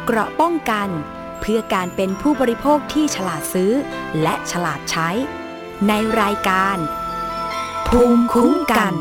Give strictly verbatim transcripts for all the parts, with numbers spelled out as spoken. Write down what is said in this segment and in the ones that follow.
เกราะป้องกันเพื่อการเป็นผู้บริโภคที่ฉลาดซื้อและฉลาดใช้ในรายการภูมิคุ้มกัน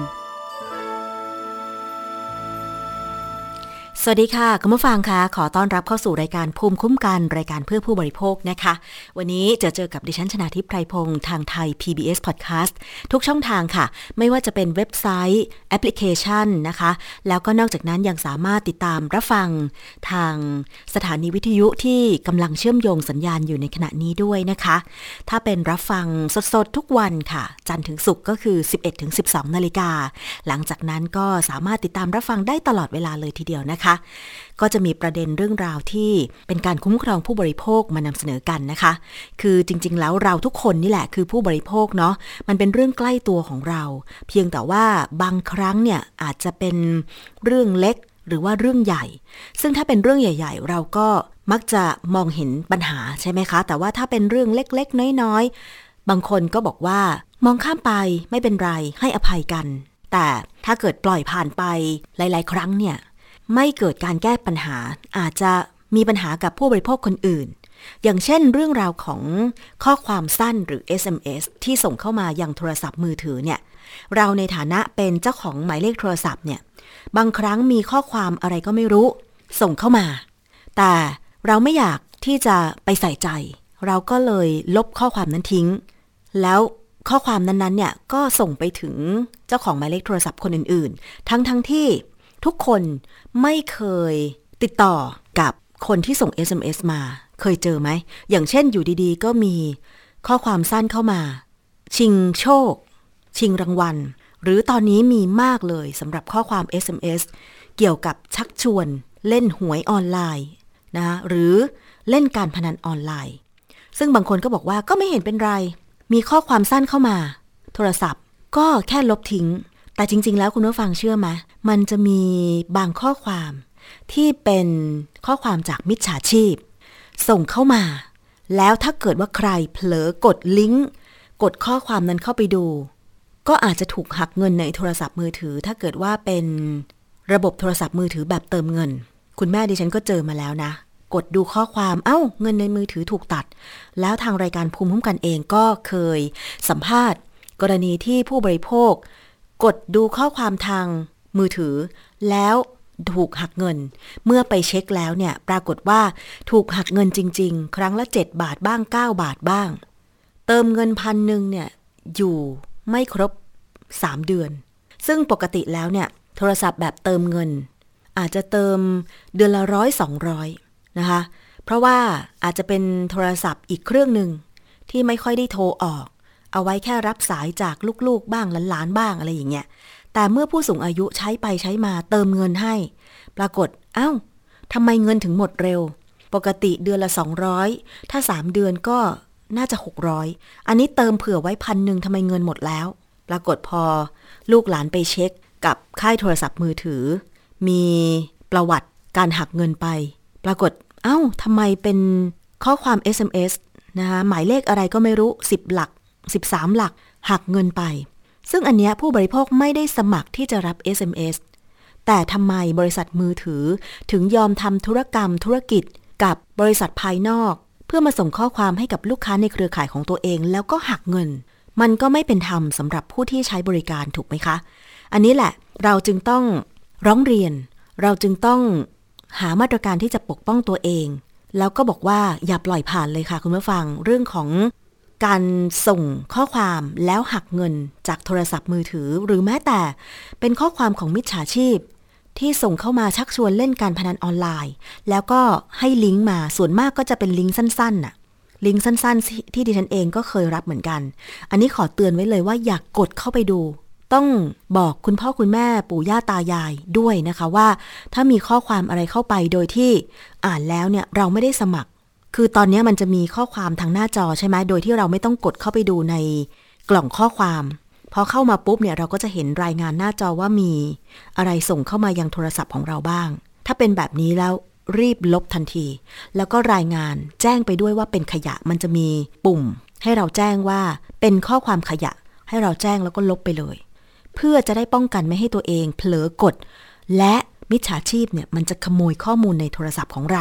สวัสดีค่ะคุณผู้ฟังคะขอต้อนรับเข้าสู่รายการภูมิคุ้มกันรายการเพื่อผู้บริโภคนะคะวันนี้จะเจอกับดิฉันชนาทิพย์ไพรพงษ์ทางไทย พี บี เอส Podcast ทุกช่องทางค่ะไม่ว่าจะเป็นเว็บไซต์แอปพลิเคชันนะคะแล้วก็นอกจากนั้นยังสามารถติดตามรับฟังทางสถานีวิทยุที่กำลังเชื่อมโยงสัญญาณอยู่ในขณะนี้ด้วยนะคะถ้าเป็นรับฟังสดๆทุกวันค่ะจันทร์ถึงศุกร์ก็คือ สิบเอ็ดถึงสิบสอง นาฬิกาหลังจากนั้นก็สามารถติดตามรับฟังได้ตลอดเวลาเลยทีเดียวนะคะก็จะมีประเด็นเรื่องราวที่เป็นการคุ้มครองผู้บริโภคมานำเสนอกันนะคะคือจริงๆแล้วเราทุกคนนี่แหละคือผู้บริโภคเนาะมันเป็นเรื่องใกล้ตัวของเราเพียงแต่ว่าบางครั้งเนี่ยอาจจะเป็นเรื่องเล็กหรือว่าเรื่องใหญ่ซึ่งถ้าเป็นเรื่องใหญ่ๆเราก็มักจะมองเห็นปัญหาใช่ไหมคะแต่ว่าถ้าเป็นเรื่องเล็กๆน้อยๆบางคนก็บอกว่ามองข้ามไปไม่เป็นไรให้อภัยกันแต่ถ้าเกิดปล่อยผ่านไปหลายๆครั้งเนี่ยไม่เกิดการแก้ปัญหาอาจจะมีปัญหากับผู้บริโภคคนอื่นอย่างเช่นเรื่องราวของข้อความสั้นหรือ เอส เอ็ม เอส ที่ส่งเข้ามายังโทรศัพท์มือถือเนี่ยเราในฐานะเป็นเจ้าของหมายเลขโทรศัพท์เนี่ยบางครั้งมีข้อความอะไรก็ไม่รู้ส่งเข้ามาแต่เราไม่อยากที่จะไปใส่ใจเราก็เลยลบข้อความนั้นทิ้งแล้วข้อความนั้นๆเนี่ยก็ส่งไปถึงเจ้าของหมายเลขโทรศัพท์คนอื่นๆทั้งๆ ท, ที่ทุกคนไม่เคยติดต่อกับคนที่ส่ง เอส เอ็ม เอส มาเคยเจอไหมอย่างเช่นอยู่ดีๆก็มีข้อความสั้นเข้ามาชิงโชคชิงรางวัลหรือตอนนี้มีมากเลยสำหรับข้อความ เอส เอ็ม เอส เกี่ยวกับชักชวนเล่นหวยออนไลน์นะหรือเล่นการพนันออนไลน์ซึ่งบางคนก็บอกว่าก็ไม่เห็นเป็นไรมีข้อความสั้นเข้ามาโทรศัพท์ก็แค่ลบทิ้งแต่จริงๆแล้วคุณผู้ฟังเชื่อไหมมันจะมีบางข้อความที่เป็นข้อความจากมิจฉาชีพส่งเข้ามาแล้วถ้าเกิดว่าใครเผลอกดลิงก์กดข้อความนั้นเข้าไปดูก็อาจจะถูกหักเงินในโทรศัพท์มือถือถ้าเกิดว่าเป็นระบบโทรศัพท์มือถือแบบเติมเงินคุณแม่ดิฉันก็เจอมาแล้วนะกดดูข้อความเอ้าเงินในมือถือถูกตัดแล้วทางรายการภูมิคุ้มกันเองก็เคยสัมภาษณ์กรณีที่ผู้บริโภคกดดูข้อความทางมือถือแล้วถูกหักเงินเมื่อไปเช็คแล้วเนี่ยปรากฏว่าถูกหักเงินจริงๆครั้งละเจ็ดบาทบ้างเก้าบาทบ้างเติมเงินพันหนึ่งเนี่ยอยู่ไม่ครบสามเดือนซึ่งปกติแล้วเนี่ยโทรศัพท์แบบเติมเงินอาจจะเติมเดือนละร้อยสองร้อยนะคะเพราะว่าอาจจะเป็นโทรศัพท์อีกเครื่องหนึ่งที่ไม่ค่อยได้โทรออกเอาไว้แค่รับสายจากลูกๆบ้างหลานๆบ้างอะไรอย่างเงี้ยแต่เมื่อผู้สูงอายุใช้ไปใช้มาเติมเงินให้ปรากฏเอ้าทำไมเงินถึงหมดเร็วปกติเดือนละสองร้อยถ้าสามเดือนก็น่าจะหกร้อยอันนี้เติมเผื่อไว้พันหนึ่งทำไมเงินหมดแล้วปรากฏพอลูกหลานไปเช็คกับค่ายโทรศัพท์มือถือมีประวัติการหักเงินไปปรากฏเอ้าทำไมเป็นข้อความ เอส เอ็ม เอส นะคะหมายเลขอะไรก็ไม่รู้สิบหลักสิบสามหลักหักเงินไปซึ่งอันเนี้ยผู้บริโภคไม่ได้สมัครที่จะรับ เอส เอ็ม เอส แต่ทำไมบริษัทมือถือถึงยอมทำธุรกรรมธุรกิจกับบริษัทภายนอกเพื่อมาส่งข้อความให้กับลูกค้าในเครือข่ายของตัวเองแล้วก็หักเงินมันก็ไม่เป็นธรรมสำหรับผู้ที่ใช้บริการถูกไหมคะอันนี้แหละเราจึงต้องร้องเรียนเราจึงต้องหามาตรการที่จะปกป้องตัวเองแล้วก็บอกว่าอย่าปล่อยผ่านเลยค่ะคุณผู้ฟังเรื่องของการส่งข้อความแล้วหักเงินจากโทรศัพท์มือถือหรือแม้แต่เป็นข้อความของมิจฉาชีพที่ส่งเข้ามาชักชวนเล่นการพนันออนไลน์แล้วก็ให้ลิงก์มาส่วนมากก็จะเป็นลิงก์สั้นๆน่ะลิงก์สั้นๆที่ดิฉันเองก็เคยรับเหมือนกันอันนี้ขอเตือนไว้เลยว่าอย่ากกดเข้าไปดูต้องบอกคุณพ่อคุณแม่ปู่ย่าตายายด้วยนะคะว่าถ้ามีข้อความอะไรเข้าไปโดยที่อ่านแล้วเนี่ยเราไม่ได้สมัครคือตอนนี้มันจะมีข้อความทางหน้าจอใช่ไหมโดยที่เราไม่ต้องกดเข้าไปดูในกล่องข้อความพอเข้ามาปุ๊บเนี่ยเราก็จะเห็นรายงานหน้าจอว่ามีอะไรส่งเข้ามายังโทรศัพท์ของเราบ้างถ้าเป็นแบบนี้แล้วรีบลบทันทีแล้วก็รายงานแจ้งไปด้วยว่าเป็นขยะมันจะมีปุ่มให้เราแจ้งว่าเป็นข้อความขยะให้เราแจ้งแล้วก็ลบไปเลยเพื่อจะได้ป้องกันไม่ให้ตัวเองเผลอกดและมิจฉาชีพเนี่ยมันจะขโมยข้อมูลในโทรศัพท์ของเรา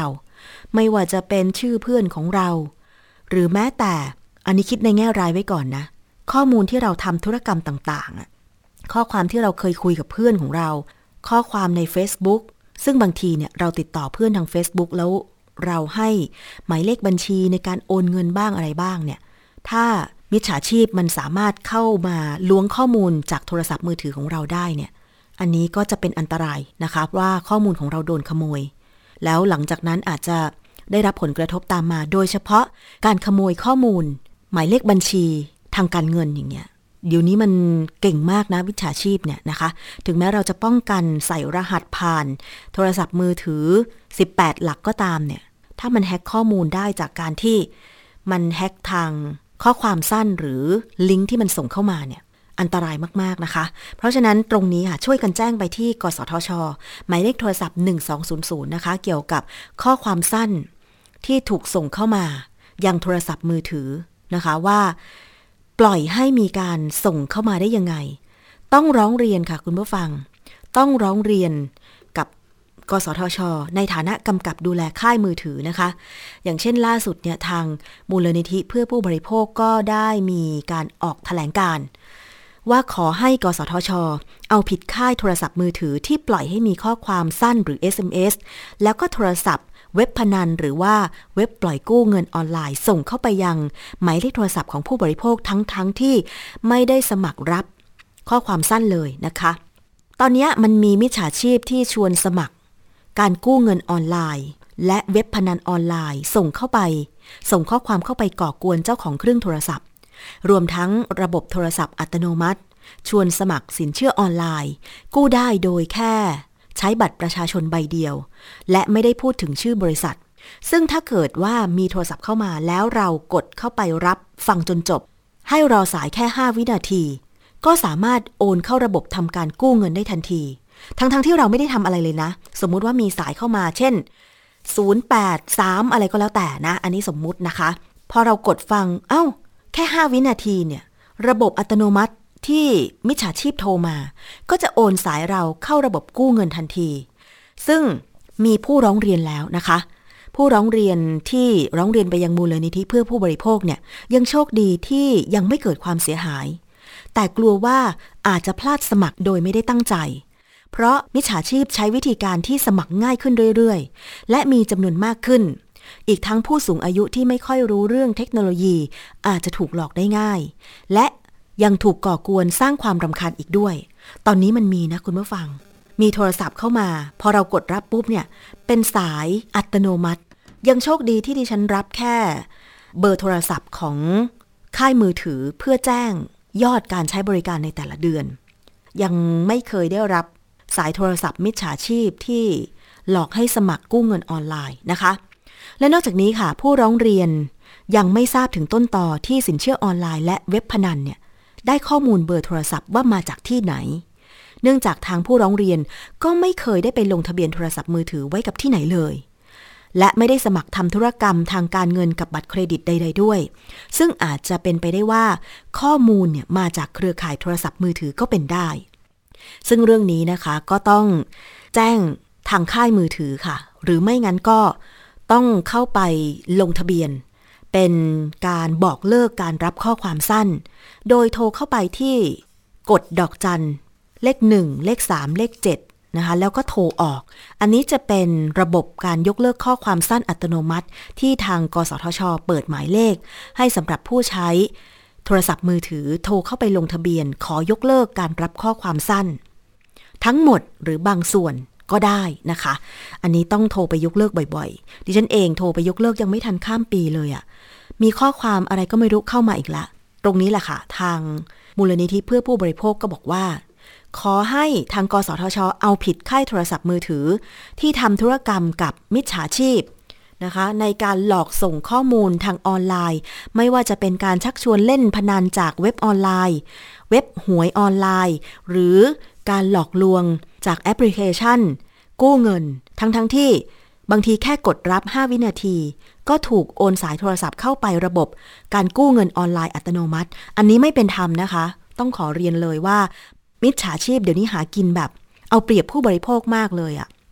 ไม่ว่าจะเป็นชื่อเพื่อนของเราหรือแม้แต่อันนี้คิดในแง่ร้ายไว้ก่อนนะข้อมูลที่เราทำธุรกรรมต่างๆข้อความที่เราเคยคุยกับเพื่อนของเราข้อความใน Facebook ซึ่งบางทีเนี่ยเราติดต่อเพื่อนทาง Facebook แล้วเราให้หมายเลขบัญชีในการโอนเงินบ้างอะไรบ้างเนี่ยถ้ามิจฉาชีพมันสามารถเข้ามาล้วงข้อมูลจากโทรศัพท์มือถือของเราได้เนี่ยอันนี้ก็จะเป็นอันตรายนะคะว่าข้อมูลของเราโดนขโมยแล้วหลังจากนั้นอาจจะได้รับผลกระทบตามมาโดยเฉพาะการขโมยข้อมูลหมายเลขบัญชีทางการเงินอย่างเงี้ยเดี๋ยวนี้มันเก่งมากนะมิจฉาชีพเนี่ยนะคะถึงแม้เราจะป้องกันใส่รหัสผ่านโทรศัพท์มือถือสิบแปดหลักก็ตามเนี่ยถ้ามันแฮ็กข้อมูลได้จากการที่มันแฮ็กทางข้อความสั้นหรือลิงก์ที่มันส่งเข้ามาเนี่ยอันตรายมากๆนะคะเพราะฉะนั้นตรงนี้ค่ะช่วยกันแจ้งไปที่กสทช.หมายเลขโทรศัพท์หนึ่งสองศูนย์ศูนย์นะคะเกี่ยวกับข้อความสั้นที่ถูกส่งเข้ามายังโทรศัพท์มือถือนะคะว่าปล่อยให้มีการส่งเข้ามาได้ยังไงต้องร้องเรียนค่ะคุณผู้ฟังต้องร้องเรียนกับกสทช.ในฐานะกำกับดูแลค่ายมือถือนะคะอย่างเช่นล่าสุดเนี่ยทางมูลนิธิเพื่อผู้บริโภคก็ได้มีการออกแถลงการณ์ว่าขอให้กสทช.เอาผิดค่ายโทรศัพท์มือถือที่ปล่อยให้มีข้อความสั้นหรือ เอส เอ็ม เอส แล้วก็โทรศัพท์เว็บพนันหรือว่าเว็บปล่อยกู้เงินออนไลน์ส่งเข้าไปยังหมายเลขโทรศัพท์ของผู้บริโภคทั้งๆ ท, ที่ไม่ได้สมัครรับข้อความสั้นเลยนะคะตอนนี้มันมีมิจฉาชีพที่ชวนสมัครการกู้เงินออนไลน์และเว็บพนันออนไลน์ส่งเข้าไปส่งข้อความเข้าไปก่อกวนเจ้าของเครื่องโทรศัพท์รวมทั้งระบบโทรศัพท์อัตโนมัติชวนสมัครสินเชื่อออนไลน์กู้ได้โดยแค่ใช้บัตรประชาชนใบเดียวและไม่ได้พูดถึงชื่อบริษัทซึ่งถ้าเกิดว่ามีโทรศัพท์เข้ามาแล้วเรากดเข้าไปรับฟังจนจบให้รอสายแค่ห้าวินาทีก็สามารถโอนเข้าระบบทำการกู้เงินได้ทันทีทั้งๆ ท, ที่เราไม่ได้ทำอะไรเลยนะสมมุติว่ามีสายเข้ามาเช่นศูนย์ แปด สามอะไรก็แล้วแต่นะอันนี้สมมุตินะคะพอเรากดฟังเอ้าแค่ห้าวินาทีเนี่ยระบบอัตโนมัติที่มิจฉาชีพโทรมาก็จะโอนสายเราเข้าระบบกู้เงินทันทีซึ่งมีผู้ร้องเรียนแล้วนะคะผู้ร้องเรียนที่ร้องเรียนไปยังมูลนิธิเพื่อผู้บริโภคเนี่ยยังโชคดีที่ยังไม่เกิดความเสียหายแต่กลัวว่าอาจจะพลาดสมัครโดยไม่ได้ตั้งใจเพราะมิจฉาชีพใช้วิธีการที่สมัครง่ายขึ้นเรื่อยๆและมีจำนวนมากขึ้นอีกทั้งผู้สูงอายุที่ไม่ค่อยรู้เรื่องเทคโนโลยีอาจจะถูกหลอกได้ง่ายและยังถูกก่อกวนสร้างความรำคาญอีกด้วยตอนนี้มันมีนะคุณผู้ฟังมีโทรศัพท์เข้ามาพอเรากดรับปุ๊บเนี่ยเป็นสายอัตโนมัติยังโชคดีที่ดิฉันรับแค่เบอร์โทรศัพท์ของค่ายมือถือเพื่อแจ้งยอดการใช้บริการในแต่ละเดือนยังไม่เคยได้รับสายโทรศัพท์มิจฉาชีพที่หลอกให้สมัครกู้เงินออนไลน์นะคะและนอกจากนี้ค่ะผู้ร้องเรียนยังไม่ทราบถึงต้นตอที่สินเชื่อออนไลน์และเว็บพนันเนี่ยได้ข้อมูลเบอร์โทรศัพท์ว่ามาจากที่ไหนเนื่องจากทางผู้ร้องเรียนก็ไม่เคยได้ไปลงทะเบียนโทรศัพท์มือถือไว้กับที่ไหนเลยและไม่ได้สมัครทำธุรกรรมทางการเงินกับบัตรเครดิตใดๆด้วยซึ่งอาจจะเป็นไปได้ว่าข้อมูลเนี่ยมาจากเครือข่ายโทรศัพท์มือถือก็เป็นได้ซึ่งเรื่องนี้นะคะก็ต้องแจ้งทางค่ายมือถือค่ะหรือไม่งั้นก็ต้องเข้าไปลงทะเบียนเป็นการบอกเลิกการรับข้อความสั้นโดยโทรเข้าไปที่กดดอกจันเลขหนึ่งเลขสามเลขเจ็ดนะคะแล้วก็โทรออกอันนี้จะเป็นระบบการยกเลิกข้อความสั้นอัตโนมัติที่ทางกสทช.เปิดหมายเลขให้สำหรับผู้ใช้โทรศัพท์มือถือโทรเข้าไปลงทะเบียนขอยกเลิกการรับข้อความสั้นทั้งหมดหรือบางส่วนก็ได้นะคะอันนี้ต้องโทรไปยกเลิกบ่อยๆดิฉันเองโทรไปยกเลิกยังไม่ทันข้ามปีเลยอะมีข้อความอะไรก็ไม่รู้เข้ามาอีกละตรงนี้แหละค่ะทางมูลนิธิเพื่อผู้บริโภคก็บอกว่าขอให้ทางกสทช.เอาผิดค่ายโทรศัพท์มือถือที่ทำธุรกรรมกับมิจฉาชีพนะคะในการหลอกส่งข้อมูลทางออนไลน์ไม่ว่าจะเป็นการชักชวนเล่นพนันจากเว็บออนไลน์เว็บหวยออนไลน์หรือการหลอกลวงจากแอปพลิเคชันกู้เงินทั้งๆ ท, ที่บางทีแค่กดรับห้าวินาทีก็ถูกโอนสายโทรศัพท์เข้าไประบบการกู้เงินออนไลน์อัตโนมัติอันนี้ไม่เป็นธรรมนะคะต้องขอเรียนเลยว่ามิจฉาชีพเดี๋ยวนี้หากินแบบเอาเปรียบผู้บริโภคมากเลยอะ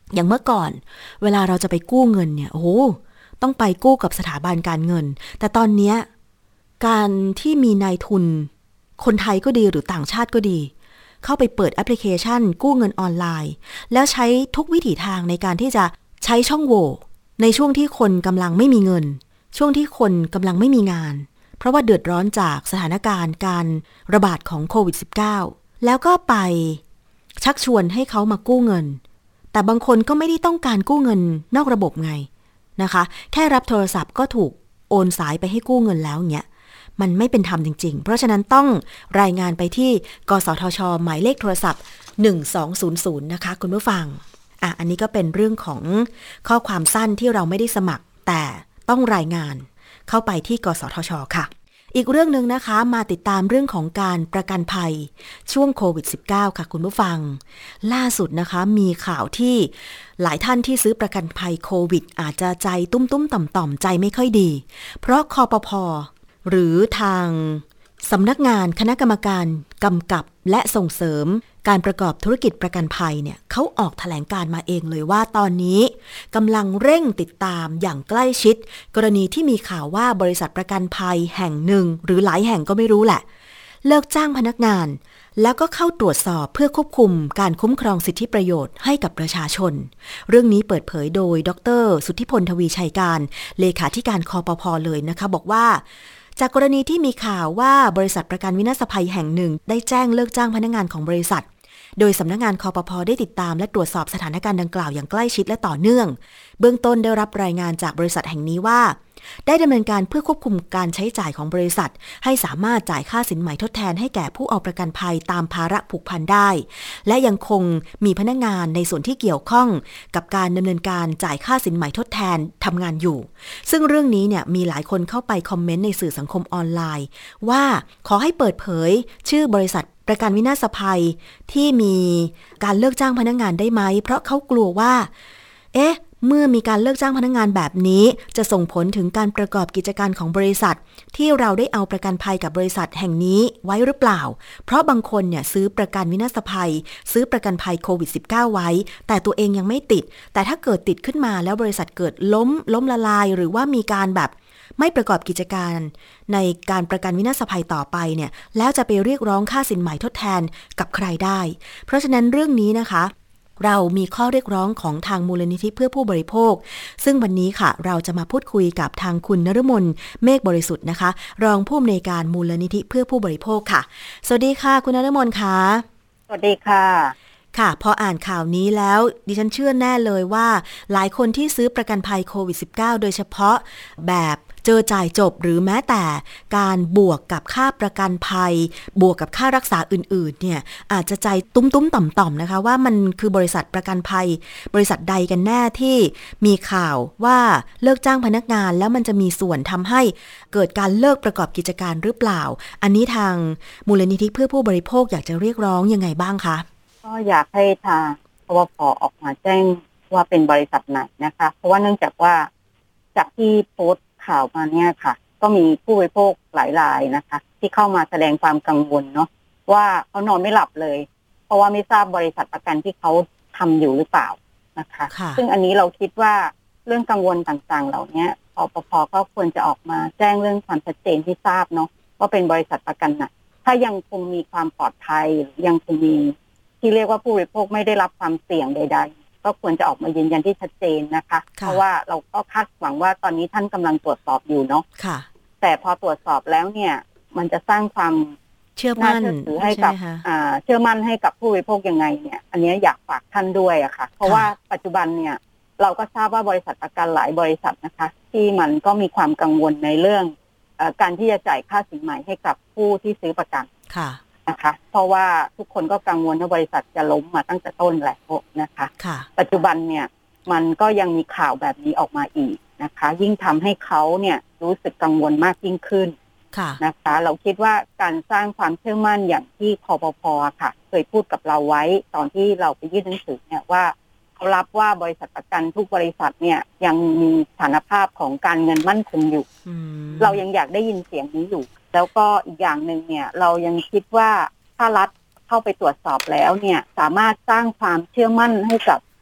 อย่างเมื่อก่อนเวลาเราจะไปกู้เงินเนี่ยโอ้โหต้องไปกู้กับสถาบันการเงินแต่ตอนนี้การที่มีนายทุนคนไทยก็ดีหรือต่างชาติก็ดีเข้าไปเปิดแอปพลิเคชันกู้เงินออนไลน์แล้วใช้ทุกวิถีทางในการที่จะใช้ช่องโหว่ในช่วงที่คนกำลังไม่มีเงินช่วงที่คนกำลังไม่มีงานเพราะว่าเดือดร้อนจากสถานการณ์การระบาดของโควิด สิบเก้า แล้วก็ไปชักชวนให้เขามากู้เงินแต่บางคนก็ไม่ได้ต้องการกู้เงินนอกระบบไงนะคะแค่รับโทรศัพท์ก็ถูกโอนสายไปให้กู้เงินแล้วเงี้ยมันไม่เป็นธรรมจริงๆเพราะฉะนั้นต้องรายงานไปที่กสทช.หมายเลขโทรศัพท์หนึ่งสองศูนย์ศูนย์นะคะคุณผู้ฟังอ่ะอันนี้ก็เป็นเรื่องของข้อความสั้นที่เราไม่ได้สมัครแต่ต้องรายงานเข้าไปที่กสทช.ค่ะอีกเรื่องนึงนะคะมาติดตามเรื่องของการประกันภัยช่วงโควิด สิบเก้า ค่ะคุณผู้ฟังล่าสุดนะคะมีข่าวที่หลายท่านที่ซื้อประกันภัยโควิดอาจจะใจตุ้มๆต่อมๆใจไม่ค่อยดีเพราะคปภ.หรือทางสำนักงานคณะกรรมการกำกับและส่งเสริมการประกอบธุรกิจประกันภัยเนี่ยเขาออกแถลงการมาเองเลยว่าตอนนี้กำลังเร่งติดตามอย่างใกล้ชิดกรณีที่มีข่าวว่าบริษัทประกันภัยแห่งหนึ่งหรือหลายแห่งก็ไม่รู้แหละเลิกจ้างพนักงานแล้วก็เข้าตรวจสอบเพื่อควบคุมการคุ้มครองสิทธิประโยชน์ให้กับประชาชนเรื่องนี้เปิดเผยโดยดร.สุทธิพลทวีชัยการเลขาธิการคปภ.เลยนะคะบอกว่าจากกรณีที่มีข่าวว่าบริษัทประกันวินาศภัยแห่งหนึ่งได้แจ้งเลิกจ้างพนักงานของบริษัทโดยสำนักงานคปภ.ได้ติดตามและตรวจสอบสถานการณ์ดังกล่าวอย่างใกล้ชิดและต่อเนื่องเบื้องต้นได้รับรายงานจากบริษัทแห่งนี้ว่าได้ดำเนินการเพื่อควบคุมการใช้จ่ายของบริษัทให้สามารถจ่ายค่าสินไหมทดแทนให้แก่ผู้เอาประกันภัยตามภาระผูกพันได้และยังคงมีพนักงานในส่วนที่เกี่ยวข้องกับการดำเนินการจ่ายค่าสินไหมทดแทนทำงานอยู่ซึ่งเรื่องนี้เนี่ยมีหลายคนเข้าไปคอมเมนต์ในสื่อสังคมออนไลน์ว่าขอให้เปิดเผยชื่อบริษัทประกันวินาศภัยที่มีการเลิกจ้างพนักงานได้ไหมเพราะเขากลัวว่าเอ๊ะเมื่อมีการเลิกจ้างพนักงานแบบนี้จะส่งผลถึงการประกอบกิจการของบริษัทที่เราได้เอาประกันภัยกับบริษัทแห่งนี้ไว้หรือเปล่าเพราะบางคนเนี่ยซื้อประกันวินาศภัยซื้อประกันภัยโควิด สิบเก้า ไว้แต่ตัวเองยังไม่ติดแต่ถ้าเกิดติดขึ้นมาแล้วบริษัทเกิดล้มล้มละลายหรือว่ามีการแบบไม่ประกอบกิจการในการประกันวินาศภัยต่อไปเนี่ยแล้วจะไปเรียกร้องค่าสินไหมทดแทนกับใครได้เพราะฉะนั้นเรื่องนี้นะคะเรามีข้อเรียกร้องของทางมูลนิธิเพื่อผู้บริโภคซึ่งวันนี้ค่ะเราจะมาพูดคุยกับทางคุณนฤมลเมฆบริสุทธิ์นะคะรองผู้อำนวยการมูลนิธิเพื่อผู้บริโภคค่ะสวัสดีค่ะคุณนฤมลค่ะสวัสดีค่ะค่ะพออ่านข่าวนี้แล้วดิฉันเชื่อแน่เลยว่าหลายคนที่ซื้อประกันภัยโควิด สิบเก้า โดยเฉพาะแบบเจอจ่ายจบหรือแม้แต่การบวกกับค่าประกันภัยบวกกับค่ารักษาอื่นๆเนี่ยอาจจะใจตุ้มๆต่อมๆนะคะว่ามันคือบริษัทประกันภัยบริษัทใดกันแน่ที่มีข่าวว่าเลิกจ้างพนักงานแล้วมันจะมีส่วนทำให้เกิดการเลิกประกอบกิจการหรือเปล่าอันนี้ทางมูลนิธิเพื่อผู้บริโภคอยากจะเรียกร้องยังไงบ้างคะก็อยากให้ทางปวผ.ออกมาแจ้งว่าเป็นบริษัทไหนนะคะเพราะว่าเนื่องจากว่าจากที่โพสต์ข่าวมาเนี่ยค่ะก็มีผู้บริโภคหลายรายนะคะที่เข้ามาแสดงความกังวลเนาะว่าเขานอนไม่หลับเลยเพราะว่าไม่ทราบบริษัทประกันที่เขาทำอยู่หรือเปล่านะคะซึ่งอันนี้เราคิดว่าเรื่องกังวลต่างๆเหล่านี้ปปภ.ก็ควรจะออกมาแจ้งเรื่องความชัดเจนที่ทราบเนาะว่าเป็นบริษัทประกันไหนถ้ายังคงมีความปลอดภัยยังคงมีที่เรียกว่าผู้บริโภคไม่ได้รับความเสี่ยงใดๆก็ควรจะออกมายืนยันที่ชัดเจนนะคะเพราะว่าเราก็คาดหวังว่าตอนนี้ท่านกำลังตรวจสอบอยู่เนาะแต่พอตรวจสอบแล้วเนี่ยมันจะสร้างความเชื่อมั่นถือให้กับเชื่อมั่นให้กับผู้บริโภคยังไงเนี่ยอันนี้อยากฝากท่านด้วยอะค่ะเพราะว่าปัจจุบันเนี่ยเราก็ทราบว่าบริษัทประกันหลายบริษัทนะคะที่มันก็มีความกังวลในเรื่องการที่จะจ่ายค่าสินไหมให้กับผู้ที่ซื้อประกันนะคะเพราะว่าทุกคนก็กังวลว่าบริษัทจะล้มมาตั้งแต่ต้นแล้วนะคะปัจจุบันเนี่ยมันก็ยังมีข่าวแบบนี้ออกมาอีกนะคะยิ่งทำให้เขาเนี่ยรู้สึกกังวลมากยิ่งขึ้นนะคะเราคิดว่าการสร้างความเชื่อมั่นอย่างที่คปภ.ค่ะเคยพูดกับเราไว้ตอนที่เราไปยื่นหนังสือเนี่ยว่าเขารับว่าบริษัทประกันทุกบริษัทเนี่ยยังมีสถานภาพของการเงินมั่นคงอยู่เรายังอยากได้ยินเสียงนี้อยู่แล้วก็อีกอย่างหนึ่งเนี่ยเรายังคิดว่าถ้ารัฐเข้าไปตรวจสอบแล้วเนี่ยสามารถสร้างความเชื่อมั่นให้กับ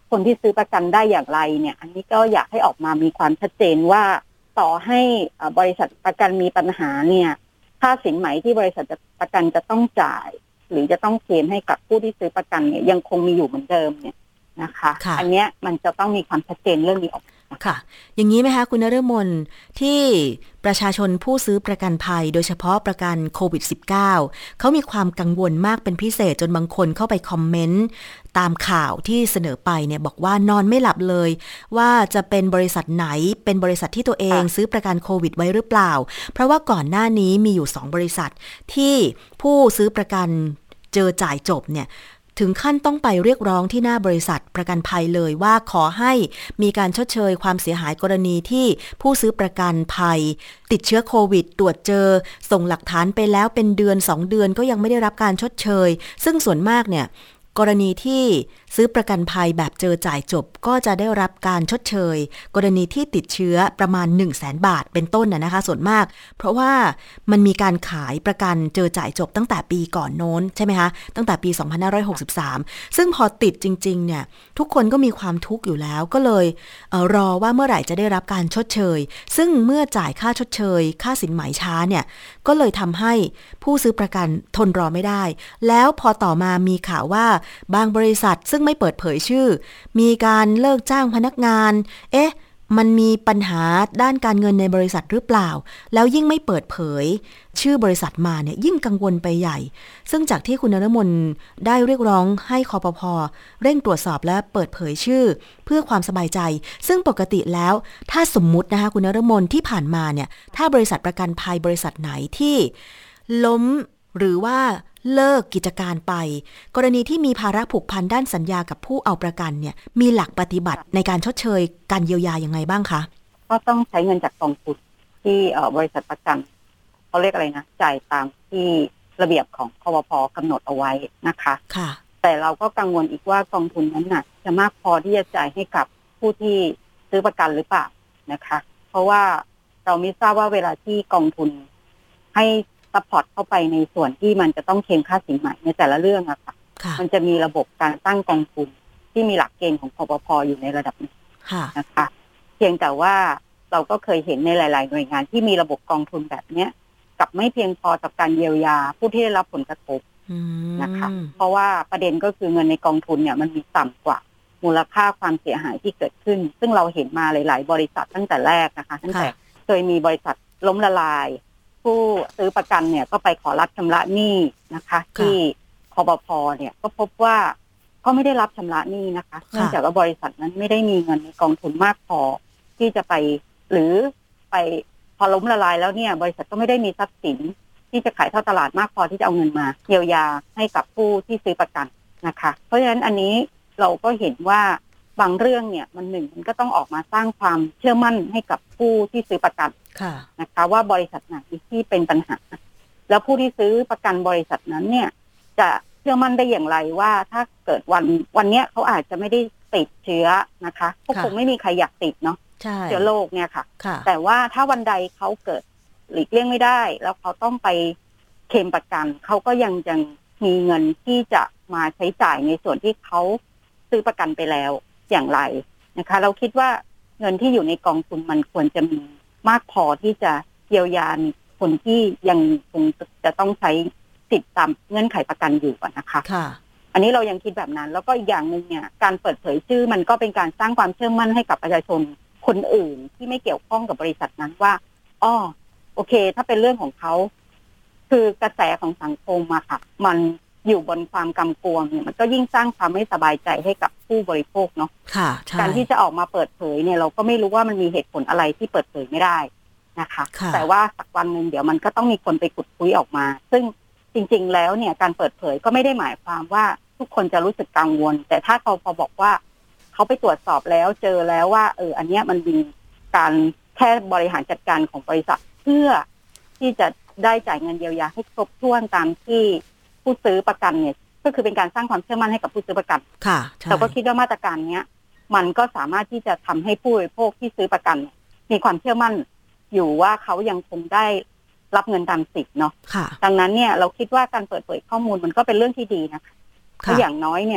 คนที่ซื้อประกันได้อย่างไรเนี่ยอันนี้ก็อยากให้ออกมามีความชัดเจนว่าต่อให้บริษัทประกันมีปัญหาเนี่ยค่าสินไหมที่บริษัทประกันจะต้องจ่ายหรือจะต้องเคลมให้กับผู้ที่ซื้อประกันเนี่ยยังคงมีอยู่เหมือนเดิมเนี่ยนะคะอันเนี้ยมันจะต้องมีความชัดเจนเรื่องนี้ออกค่ะอย่างนี้ไหมคะคุณนฤมลที่ประชาชนผู้ซื้อประกันภัยโดยเฉพาะประกันโควิด สิบเก้า เขามีความกังวลมากเป็นพิเศษจนบางคนเข้าไปคอมเมนต์ตามข่าวที่เสนอไปเนี่ยบอกว่านอนไม่หลับเลยว่าจะเป็นบริษัทไหนเป็นบริษัทที่ตัวเองซื้อประกันโควิดไว้หรือเปล่าเพราะว่าก่อนหน้านี้มีอยู่สองบริษัทที่ผู้ซื้อประกันเจอจ่ายจบเนี่ยถึงขั้นต้องไปเรียกร้องที่หน้าบริษัทประกันภัยเลยว่าขอให้มีการชดเชยความเสียหายกรณีที่ผู้ซื้อประกันภัยติดเชื้อโควิดตรวจเจอส่งหลักฐานไปแล้วเป็นเดือนสองเดือนก็ยังไม่ได้รับการชดเชยซึ่งส่วนมากเนี่ยกรณีที่ซื้อประกันภัยแบบเจอจ่ายจบก็จะได้รับการชดเชยกรณีที่ติดเชื้อประมาณ หนึ่งแสน บาทเป็นต้นน่ะนะคะส่วนมากเพราะว่ามันมีการขายประกันเจอจ่ายจบตั้งแต่ปีก่อนโน้นใช่ไหมคะตั้งแต่ปีสองพันห้าร้อยหกสิบสามซึ่งพอติดจริงๆเนี่ยทุกคนก็มีความทุกข์อยู่แล้วก็เลยเอ่อรอว่าเมื่อไหร่จะได้รับการชดเชยซึ่งเมื่อจ่ายค่าชดเชยค่าสินไหมช้าเนี่ยก็เลยทำให้ผู้ซื้อประกันทนรอไม่ได้แล้วพอต่อมามีข่าวว่าบางบริษัทซึ่งไม่เปิดเผยชื่อมีการเลิกจ้างพนักงานเอ๊ะมันมีปัญหาด้านการเงินในบริษัทหรือเปล่าแล้วยิ่งไม่เปิดเผยชื่อบริษัทมาเนี่ยยิ่งกังวลไปใหญ่ซึ่งจากที่คุณนฤมลได้เรียกร้องให้คปภ.เร่งตรวจสอบและเปิดเผยชื่อเพื่อความสบายใจซึ่งปกติแล้วถ้าสมมุตินะคะคุณนฤมลที่ผ่านมาเนี่ยถ้าบริษัทประกันภัยบริษัทไหนที่ล้มหรือว่าเลิกกิจการไปกรณีที่มีภาระผูกพันด้านสัญญากับผู้เอาประกันเนี่ยมีหลักปฏิบัติในการชดเชยการเยียวยายังไงบ้างคะก็ต้องใช้เงินจากกองทุนที่บริษัทประกันเขาเรียกอะไรนะจ่ายตามที่ระเบียบของคปภ.กำหนดเอาไว้นะคะค่ะแต่เราก็กังวลอีกว่ากองทุนนั้นน่ะจะมากพอที่จะจ่ายให้กับผู้ที่ซื้อประกันหรือเปล่านะคะเพราะว่าเราไม่ทราบว่าเวลาที่กองทุนให้ซัพพอร์ตเข้าไปในส่วนที่มันจะต้องเคลมค่าสินไหมในแต่ละเรื่องอะค่ะมันจะมีระบบการตั้งกองทุนที่มีหลักเกณฑ์ของคปภ.อยู่ในระดับนึงนะคะเพียงแต่ว่าเราก็เคยเห็นในหลายๆหน่วยงานที่มีระบบกองทุนแบบเนี้ยกับไม่เพียงพอต่อการเยียวยาผู้ที่ได้รับผลกระทบนะคะเพราะว่าประเด็นก็คือเงินในกองทุนเนี่ยมันมีต่ำกว่ามูลค่าความเสียหายที่เกิดขึ้นซึ่งเราเห็นมาหลายๆบริษัทตั้งแต่แรกนะคะตั้งแต่เคยมีบริษัทล้มละลายผู้ซื้อประกันเนี่ยก็ไปขอรับชำระหนี้นะคะที่คปภ.เนี่ยก็พบว่าก็ไม่ได้รับชำระหนี้นะคะเนื่องจากว่าบริษัทนั้นไม่ได้มีเงินในกองทุนมากพอที่จะไปหรือไปพอล้มละลายแล้วเนี่ยบริษัทก็ไม่ได้มีทรัพย์สินที่จะขายทอดตลาดมากพอที่จะเอาเงินมาเยียวยาให้กับผู้ที่ซื้อประกันนะคะเพราะฉะนั้นอันนี้เราก็เห็นว่าบางเรื่องเนี่ยมันหนึ่งมันก็ต้องออกมาสร้างความเชื่อมั่นให้กับผู้ที่ซื้อประกันนะคะว่าบริษัทไหนที่เป็นปัญหาแล้วผู้ที่ซื้อประกันบริษัทนั้นเนี่ยจะเชื่อมั่นได้อย่างไรว่าถ้าเกิดวันวันนี้เขาอาจจะไม่ได้ติดเชื้อนะคะก็คงไม่มีใครอยากติดเนาะเชื้อโรคเนี่ยค่ะแต่ว่าถ้าวันใดเขาเกิดหลีกเลี่ยงไม่ได้แล้วเขาต้องไปเคลมประกันเขาก็ยังยังมีเงินที่จะมาใช้จ่ายในส่วนที่เขาซื้อประกันไปแล้วอย่างไรนะคะเราคิดว่าเงินที่อยู่ในกองทุนมันควรจะมีมากพอที่จะเยียวยาคนที่ยังคงจะต้องใช้สิทธิ์ตามเงื่อนไขประกันอยู่นะคะอันนี้เรายังคิดแบบนั้นแล้วก็อีกอย่างนึงเนี่ยการเปิดเผยชื่อมันก็เป็นการสร้างความเชื่อมั่นให้กับประชาชนคนอื่นที่ไม่เกี่ยวข้องกับบริษัทนั้นว่าอ้อโอเคถ้าเป็นเรื่องของเขาคือกระแสของสังคมอะค่ะมันอยู่บนความกำกวมเนี่ยมันก็ยิ่งสร้างความไม่สบายใจให้กับผู้บริโภคเนาะการที่จะออกมาเปิดเผยเนี่ยเราก็ไม่รู้ว่ามันมีเหตุผลอะไรที่เปิดเผยไม่ได้นะคะแต่ว่าสักวันนึงเดี๋ยวมันก็ต้องมีคนไปขุดคุยออกมาซึ่งจริงๆแล้วเนี่ยการเปิดเผยก็ไม่ได้หมายความว่าทุกคนจะรู้สึกกังวลแต่ถ้าเขาพอบอกว่าเขาไปตรวจสอบแล้วเจอแล้วว่าเอออันเนี้ยมันมีการแค่บริหารจัดการของบริษัทเพื่อที่จะได้จ่ายเงินเยียวยาให้ครบถ้วนตามที่ผู้ซื้อประกันเนี่ยก็คือเป็นการสร้างความเชื่อมั่นให้กับผู้ซื้อประกันค่ะเราก็คิดว่ามาตรการเนี้ยมันก็สามารถที่จะทำให้ผู้บริโภคที่ซื้อประกันมีความเชื่อมั่นอยู่ว่าเขายังคงได้รับเงินตามสิทธิ์เนาะดังนั้นเนี่ยเราคิดว่าการเปิดเผยข้อมูลมันก็เป็นเรื่องที่ดีนะคะเพราะอย่างน้อยเนี่ยค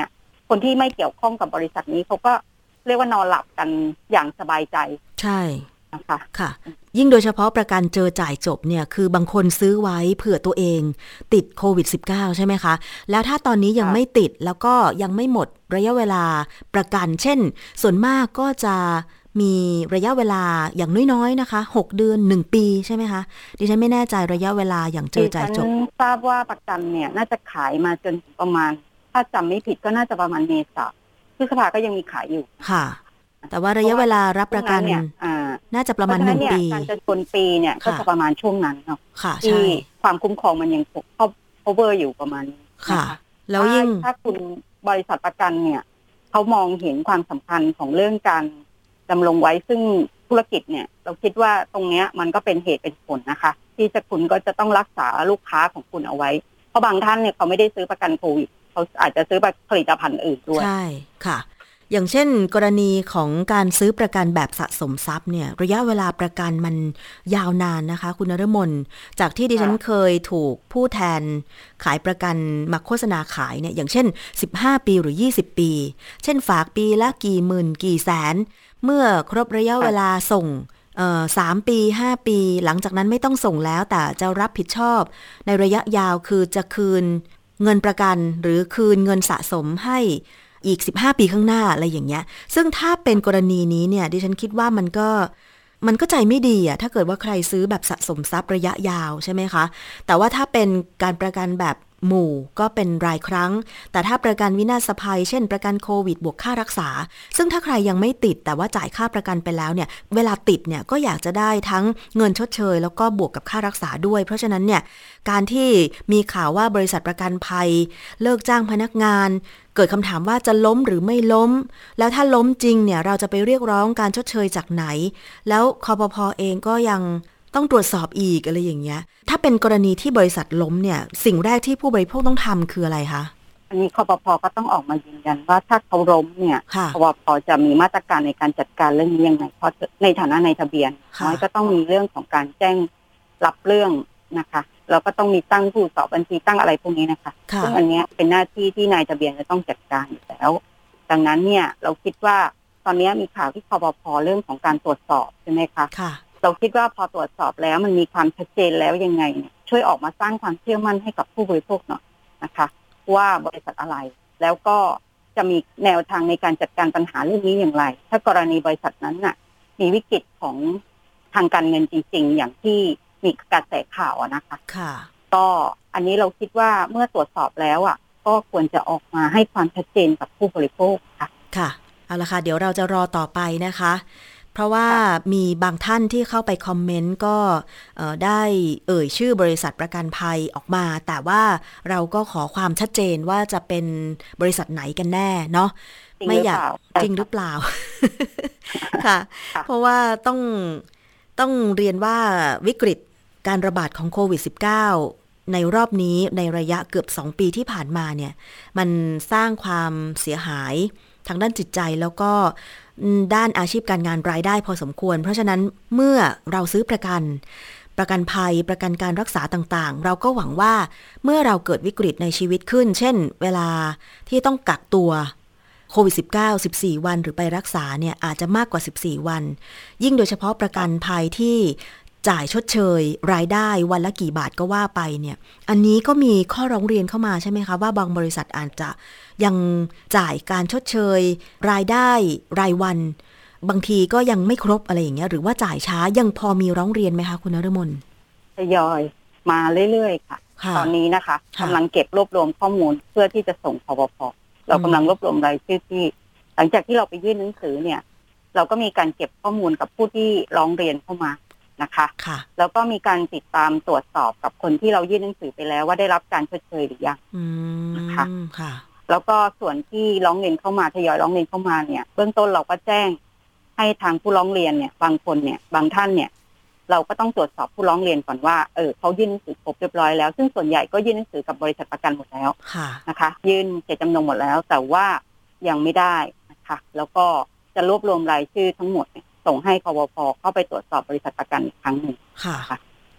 คนที่ไม่เกี่ยวข้องกับบริษัทนี้เขาก็เรียกว่านอนหลับกันอย่างสบายใจใช่นะคะค่ะยิ่งโดยเฉพาะประกันเจอจ่ายจบเนี่ยคือบางคนซื้อไว้เผื่อตัวเองติดโควิด สิบเก้า ใช่ไหมคะแล้วถ้าตอนนี้ยังไม่ติดแล้วก็ยังไม่หมดระยะเวลาประกันเช่นส่วนมากก็จะมีระยะเวลาอย่างน้อยๆนะคะหกเดือนหนึ่งปีใช่ไหมคะดิฉันไม่แน่ใจระยะเวลาอย่างเจอจ่ายจบทราบว่าประกันเนี่ยน่าจะขายมาจนประมาณถ้าจำไม่ผิดก็น่าจะประมาณเมษาพฤษภาก็ยังมีขายอยู่ค่ะแต่ว่าระยะเวลารับประกันน่าจะประมาณหนึ่งปีการจะชนปีเนี่ยก็จะประมาณช่วงนั้นเนาะที่ความคุ้มครองมันยังครอบ cover อยู่ประมาณนี้ค่ะแล้วยิ่งถ้าคุณบริษัทประกันเนี่ยเขามองเห็นความสำคัญของเรื่องการดำรงไว้ซึ่งธุรกิจเนี่ยเราคิดว่าตรงนี้มันก็เป็นเหตุเป็นผลนะคะที่จะคุณก็จะต้องรักษาลูกค้าของคุณเอาไว้เพราะบางท่านเนี่ยเขาไม่ได้ซื้อประกันโควิดเขาอาจจะซื้อผลิตภัณฑ์อื่นด้วยใช่ค่ะอย่างเช่นกรณีของการซื้อประกันแบบสะสมทรัพย์เนี่ยระยะเวลาประกันมันยาวนานนะคะคุณนฤมลจากที่ดิฉันเคยถูกผู้แทนขายประกันมาโฆษณาขายเนี่ยอย่างเช่นสิบห้าปีหรือยี่สิบปีเช่นฝากปีละกี่หมื่นกี่แสนเมื่อครบระยะเวลาส่งเอ่อสามปีห้าปีหลังจากนั้นไม่ต้องส่งแล้วแต่จะรับผิดชอบในระยะยาวคือจะคืนเงินประกันหรือคืนเงินสะสมให้อีกสิบห้าปีข้างหน้าอะไรอย่างเงี้ยซึ่งถ้าเป็นกรณีนี้เนี่ยดิฉันคิดว่ามันก็มันก็ใจไม่ดีอ่ะถ้าเกิดว่าใครซื้อแบบสะสมทรัพย์ระยะยาวใช่ไหมคะแต่ว่าถ้าเป็นการประกันแบบหมู่ก็เป็นรายครั้งแต่ถ้าประกันวินาศภัยเช่นประกันโควิดบวกค่ารักษาซึ่งถ้าใครยังไม่ติดแต่ว่าจ่ายค่าประกันไปแล้วเนี่ยเวลาติดเนี่ยก็อยากจะได้ทั้งเงินชดเชยแล้วก็บวกกับค่ารักษาด้วยเพราะฉะนั้นเนี่ยการที่มีข่าวว่าบริษัทประกันภัยเลิกจ้างพนักงานเกิดคำถามว่าจะล้มหรือไม่ล้มแล้วถ้าล้มจริงเนี่ยเราจะไปเรียกร้องการชดเชยจากไหนแล้วคปภ.เองก็ยังต้องตรวจสอบอีกอะไรอย่างเงี้ยถ้าเป็นกรณีที่บริษัทล้มเนี่ยสิ่งแรกที่ผู้บริโภคต้องทำคืออะไรคะอันนี้คปภ.ก็ต้องออกมายืนยันว่าถ้าเขาล้มเนี่ยคปภ.จะมีมาตรการในการจัดการเรื่องนี้ยังไงเพราะในฐานะในทะเบียนน้อยก็ต้องมีเรื่องของการแจ้งรับเรื่องนะคะแล้วก็ต้องมีตั้งผู้สอบบัญชีตั้งอะไรพวกนี้นะคะซึ่งอันนี้เป็นหน้าที่ที่นายทะเบียนจะต้องจัดการอยู่แล้วดังนั้นเนี่ยเราคิดว่าตอนนี้มีข่าวที่คปภ.เรื่องของการตรวจสอบใช่ไหมคะเราคิดว่าพอตรวจสอบแล้วมันมีความชัดเจนแล้วยังไงเนี่ยช่วยออกมาสร้างความเชื่อมั่นให้กับผู้บริโภคหน่อยนะคะว่าบริษัทอะไรแล้วก็จะมีแนวทางในการจัดการปัญหาเรื่องนี้อย่างไรถ้ากรณีบริษัทนั้นน่ะมีวิกฤตของทางการเงินจริงๆอย่างที่มีกระแสข่าวนะคะค่ะก็อันนี้เราคิดว่าเมื่อตรวจสอบแล้วอ่ะก็ควรจะออกมาให้ความชัดเจนกับผู้บริโภคค่ะค่ะเอาละค่ะเดี๋ยวเราจะรอต่อไปนะคะเพราะว่ามีบางท่านที่เข้าไปคอมเมนต์ก็ได้เอ่ยชื่อบริษัทประกันภัยออกมาแต่ว่าเราก็ขอความชัดเจนว่าจะเป็นบริษัทไหนกันแน่เนาะไม่อยากจริงหรือเปล่าค่ะเพราะว่าต้องต้องเรียนว่าวิกฤตการระบาดของโควิด สิบเก้า ในรอบนี้ในระยะเกือบสองปีที่ผ่านมาเนี่ยมันสร้างความเสียหายทางด้านจิตใจแล้วก็ด้านอาชีพการงานรายได้พอสมควรเพราะฉะนั้นเมื่อเราซื้อประกันประกันภัยประกันการรักษาต่างๆเราก็หวังว่าเมื่อเราเกิดวิกฤตในชีวิตขึ้นเช่นเวลาที่ต้องกักตัวโควิด สิบเก้า สิบสี่ วันหรือไปรักษาเนี่ยอาจจะมากกว่าสิบสี่วันยิ่งโดยเฉพาะประกันภัยที่จ่ายชดเชยรายได้วันละกี่บาทก็ว่าไปเนี่ยอันนี้ก็มีข้อร้องเรียนเข้ามาใช่ไหมคะว่าบางบริษัทอาจจะยังจ่ายการชดเชยรายได้รายวันบางทีก็ยังไม่ครบอะไรอย่างเงี้ยหรือว่าจ่ายช้ายังพอมีร้องเรียนไหมคะคุณนฤมลทยอยมาเรื่อยๆค่ะตอนนี้นะคะกำลังเก็บรวบรวมข้อมูลเพื่อที่จะส่งคปภ.เรากำลังรวบรวมรายชื่อที่หลังจากที่เราไปยื่นหนังสือเนี่ยเราก็มีการเก็บข้อมูลกับผู้ที่ร้องเรียนเข้ามานะคะแล้วก็มีการติดตามตรวจสอบกับคนที่เรายื่นหนังสือไปแล้วว่าได้รับการชดเชยหรือยังนะคะแล้วก็ส่วนที่ร้องเรียนเข้ามาทยอยร้องเรียนเข้ามาเนี่ยเบื้องต้นเราก็แจ้งให้ทางผู้ร้องเรียนเนี่ยบางคนเนี่ยบางท่านเนี่ยเราก็ต้องตรวจสอบผู้ร้องเรียนก่อนว่าเออเขายื่นหนังสือครบเรียบร้อยแล้วซึ่งส่วนใหญ่ก็ยื่นหนังสือกับบริษัทประกันหมดแล้วนะคะยื่นเจตจำนงหมดแล้วแต่ว่ายังไม่ได้นะคะแล้วก็จะรวบรวมรายชื่อทั้งหมดเนี่ยส่งให้คปภ.เข้าไปตรวจสอบบริษัทประกันอีกครั้งหนึ่งค่ะเอ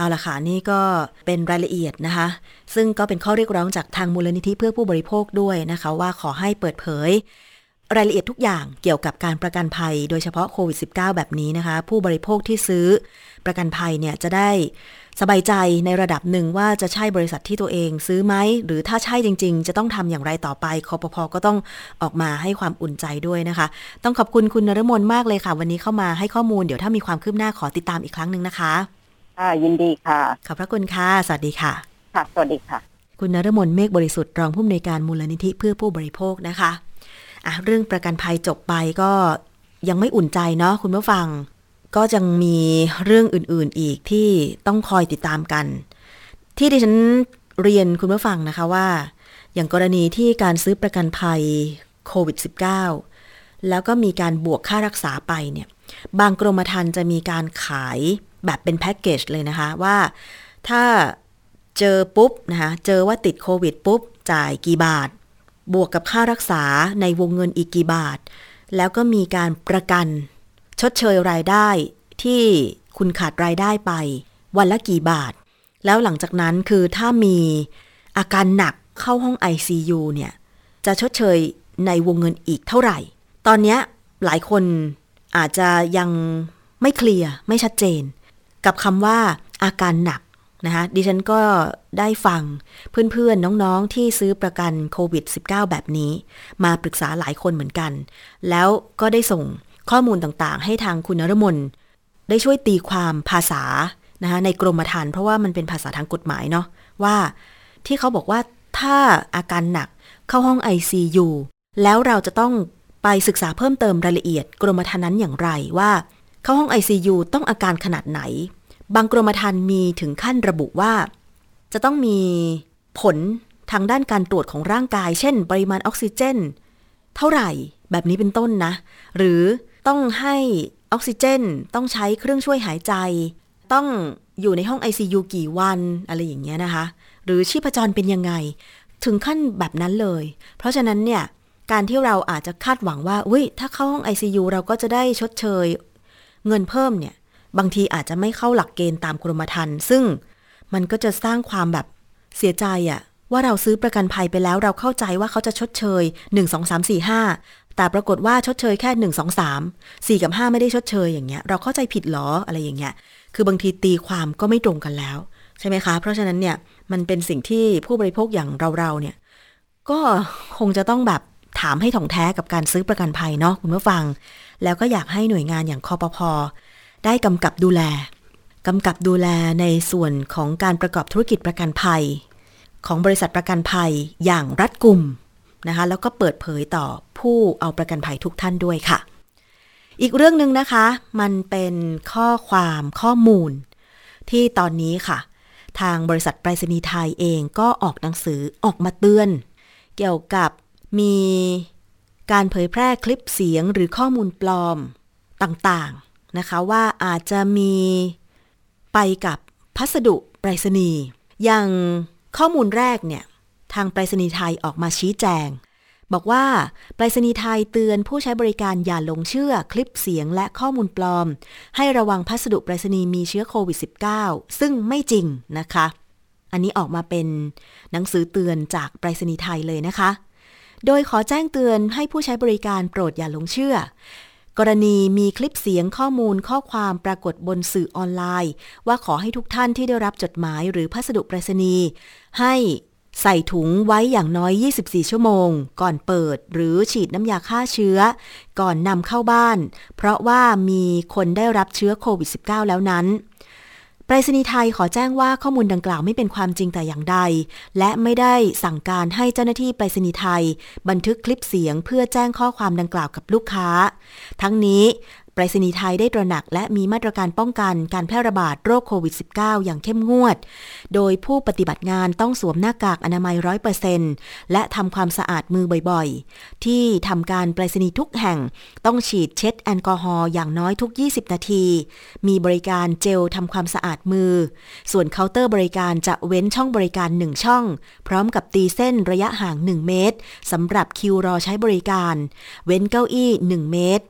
เอาล่ะค่ะนี่ก็เป็นรายละเอียดนะคะซึ่งก็เป็นข้อเรียกร้องจากทางมูลนิธิเพื่อผู้บริโภคด้วยนะคะว่าขอให้เปิดเผยรายละเอียดทุกอย่างเกี่ยวกับการประกันภัยโดยเฉพาะโควิด สิบเก้า แบบนี้นะคะผู้บริโภคที่ซื้อประกันภัยเนี่ยจะได้สบายใจในระดับหนึ่งว่าจะใช่บริษัทที่ตัวเองซื้อไหมหรือถ้าใช่จริงๆจะต้องทำอย่างไรต่อไปคปภ.ก็ต้องออกมาให้ความอุ่นใจด้วยนะคะต้องขอบคุณคุณนฤมลมากเลยค่ะวันนี้เข้ามาให้ข้อมูลเดี๋ยวถ้ามีความคืบหน้าขอติดตามอีกครั้งนึงนะคะค่ะยินดีค่ะขอบพระคุณค่ะสวัสดีค่ะค่ะสวัสดีค่ะคุณนฤมลเมฆบริสุทธิ์รองผู้อำนวยการมูลนิธิเพื่อผู้บริโภคนะคะอ่ะเรื่องประกันภัยจบไปก็ยังไม่อุ่นใจเนาะคุณผู้ฟังก็ยังมีเรื่องอื่นๆอีกที่ต้องคอยติดตามกันที่ดิฉันเรียนคุณผู้ฟังนะคะว่าอย่างกรณีที่การซื้อประกันภัยโควิด สิบเก้า แล้วก็มีการบวกค่ารักษาไปเนี่ยบางกรมธรรม์จะมีการขายแบบเป็นแพ็กเกจเลยนะคะว่าถ้าเจอปุ๊บนะคะเจอว่าติดโควิดปุ๊บจ่ายกี่บาทบวกกับค่ารักษาในวงเงินอีกกี่บาทแล้วก็มีการประกันชดเชยรายได้ที่คุณขาดรายได้ไปวันละกี่บาทแล้วหลังจากนั้นคือถ้ามีอาการหนักเข้าห้อง ไอ ซี ยู เนี่ยจะชดเชยในวงเงินอีกเท่าไหร่ตอนนี้หลายคนอาจจะยังไม่เคลียร์ไม่ชัดเจนกับคำว่าอาการหนักนะคะดิฉันก็ได้ฟังเพื่อนๆน้องๆที่ซื้อประกันโควิด สิบเก้า แบบนี้มาปรึกษาหลายคนเหมือนกันแล้วก็ได้ส่งข้อมูลต่างๆให้ทางคุณนฤมลได้ช่วยตีความภาษานะคะในกรมธรรม์เพราะว่ามันเป็นภาษาทางกฎหมายเนาะว่าที่เขาบอกว่าถ้าอาการหนักเข้าห้อง ไอ ซี ยู แล้วเราจะต้องไปศึกษาเพิ่มเติมรายละเอียดกรมธรรม์นั้นอย่างไรว่าเข้าห้อง ไอ ซี ยู ต้องอาการขนาดไหนบางกรมธรรม์มีถึงขั้นระบุว่าจะต้องมีผลทางด้านการตรวจของร่างกายเช่นปริมาณออกซิเจนเท่าไหร่แบบนี้เป็นต้นนะหรือต้องให้ออกซิเจนต้องใช้เครื่องช่วยหายใจต้องอยู่ในห้อง ไอ ซี ยู กี่วันอะไรอย่างเงี้ยนะคะหรือชีพจรเป็นยังไงถึงขั้นแบบนั้นเลยเพราะฉะนั้นเนี่ยการที่เราอาจจะคาดหวังว่าอุ๊ยถ้าเข้าห้อง ไอ ซี ยู เราก็จะได้ชดเชยเงินเพิ่มเนี่ยบางทีอาจจะไม่เข้าหลักเกณฑ์ตามกรมธรรม์ซึ่งมันก็จะสร้างความแบบเสียใจอะว่าเราซื้อประกันภัยไปแล้วเราเข้าใจว่าเขาจะชดเชยหนึ่ง สอง สาม สี่ ห้าแต่ปรากฏว่าชดเชยแค่หนึ่ง สอง สาม สี่กับห้าไม่ได้ชดเชยอย่างเงี้ยเราเข้าใจผิดหรออะไรอย่างเงี้ยคือบางทีตีความก็ไม่ตรงกันแล้วใช่ไหมคะเพราะฉะนั้นเนี่ยมันเป็นสิ่งที่ผู้บริโภคอย่างเราๆเนี่ยก็คงจะต้องแบบถามให้ถ่องแท้กับการซื้อประกันภัยเนาะคุณผู้ฟังแล้วก็อยากให้หน่วยงานอย่างคปภ.ได้กำกับดูแลกำกับดูแลในส่วนของการประกอบธุรกิจประกันภัยของบริษัทประกันภัยอย่างรัดกุมนะคะแล้วก็เปิดเผยต่อผู้เอาประกันภัยทุกท่านด้วยค่ะอีกเรื่องนึงนะคะมันเป็นข้อความข้อมูลที่ตอนนี้ค่ะทางบริษัทไปรษณีย์ไทยเองก็ออกหนังสือออกมาเตือนเกี่ยวกับมีการเผยแพร่คลิปเสียงหรือข้อมูลปลอมต่างๆนะคะว่าอาจจะมีไปกับพัสดุไปรษณีย์อย่างข้อมูลแรกเนี่ยทางไปรษณีย์ไทยออกมาชี้แจงบอกว่าไปรษณีย์ไทยเตือนผู้ใช้บริการอย่าหลงเชื่อคลิปเสียงและข้อมูลปลอมให้ระวังพัสดุไปรษณีย์มีเชื้อโควิด สิบเก้า ซึ่งไม่จริงนะคะอันนี้ออกมาเป็นหนังสือเตือนจากไปรษณีย์ไทยเลยนะคะโดยขอแจ้งเตือนให้ผู้ใช้บริการโปรดอย่าหลงเชื่อกรณีมีคลิปเสียงข้อมูลข้อความปรากฏบนสื่อออนไลน์ว่าขอให้ทุกท่านที่ได้รับจดหมายหรือพัสดุไปรษณีย์ให้ใส่ถุงไว้อย่างน้อยยี่สิบสี่ชั่วโมงก่อนเปิดหรือฉีดน้ำยาฆ่าเชื้อก่อนนำเข้าบ้านเพราะว่ามีคนได้รับเชื้อโควิด สิบเก้า แล้วนั้นไปรษณีย์ไทยขอแจ้งว่าข้อมูลดังกล่าวไม่เป็นความจริงแต่อย่างใดและไม่ได้สั่งการให้เจ้าหน้าที่ไปรษณีย์ไทยบันทึกคลิปเสียงเพื่อแจ้งข้อความดังกล่าวกับลูกค้าทั้งนี้ไปรษณีย์ไทยได้ตระหนักและมีมาตรการป้องกันการแพร่ระบาดโรคโควิด สิบเก้า อย่างเข้มงวดโดยผู้ปฏิบัติงานต้องสวมหน้ากากอนามัย ร้อยเปอร์เซ็นต์ และทำความสะอาดมือบ่อยๆที่ทำการไปรษณีย์ทุกแห่งต้องฉีดเช็ดแอลกอฮอล์อย่างน้อยทุกยี่สิบนาทีมีบริการเจลทำความสะอาดมือส่วนเคาน์เตอร์บริการจะเว้นช่องบริการหนึ่งช่องพร้อมกับตีเส้นระยะห่างหนึ่งเมตรสำหรับคิวรอใช้บริการเว้นเก้าอี้หนึ่งเมตร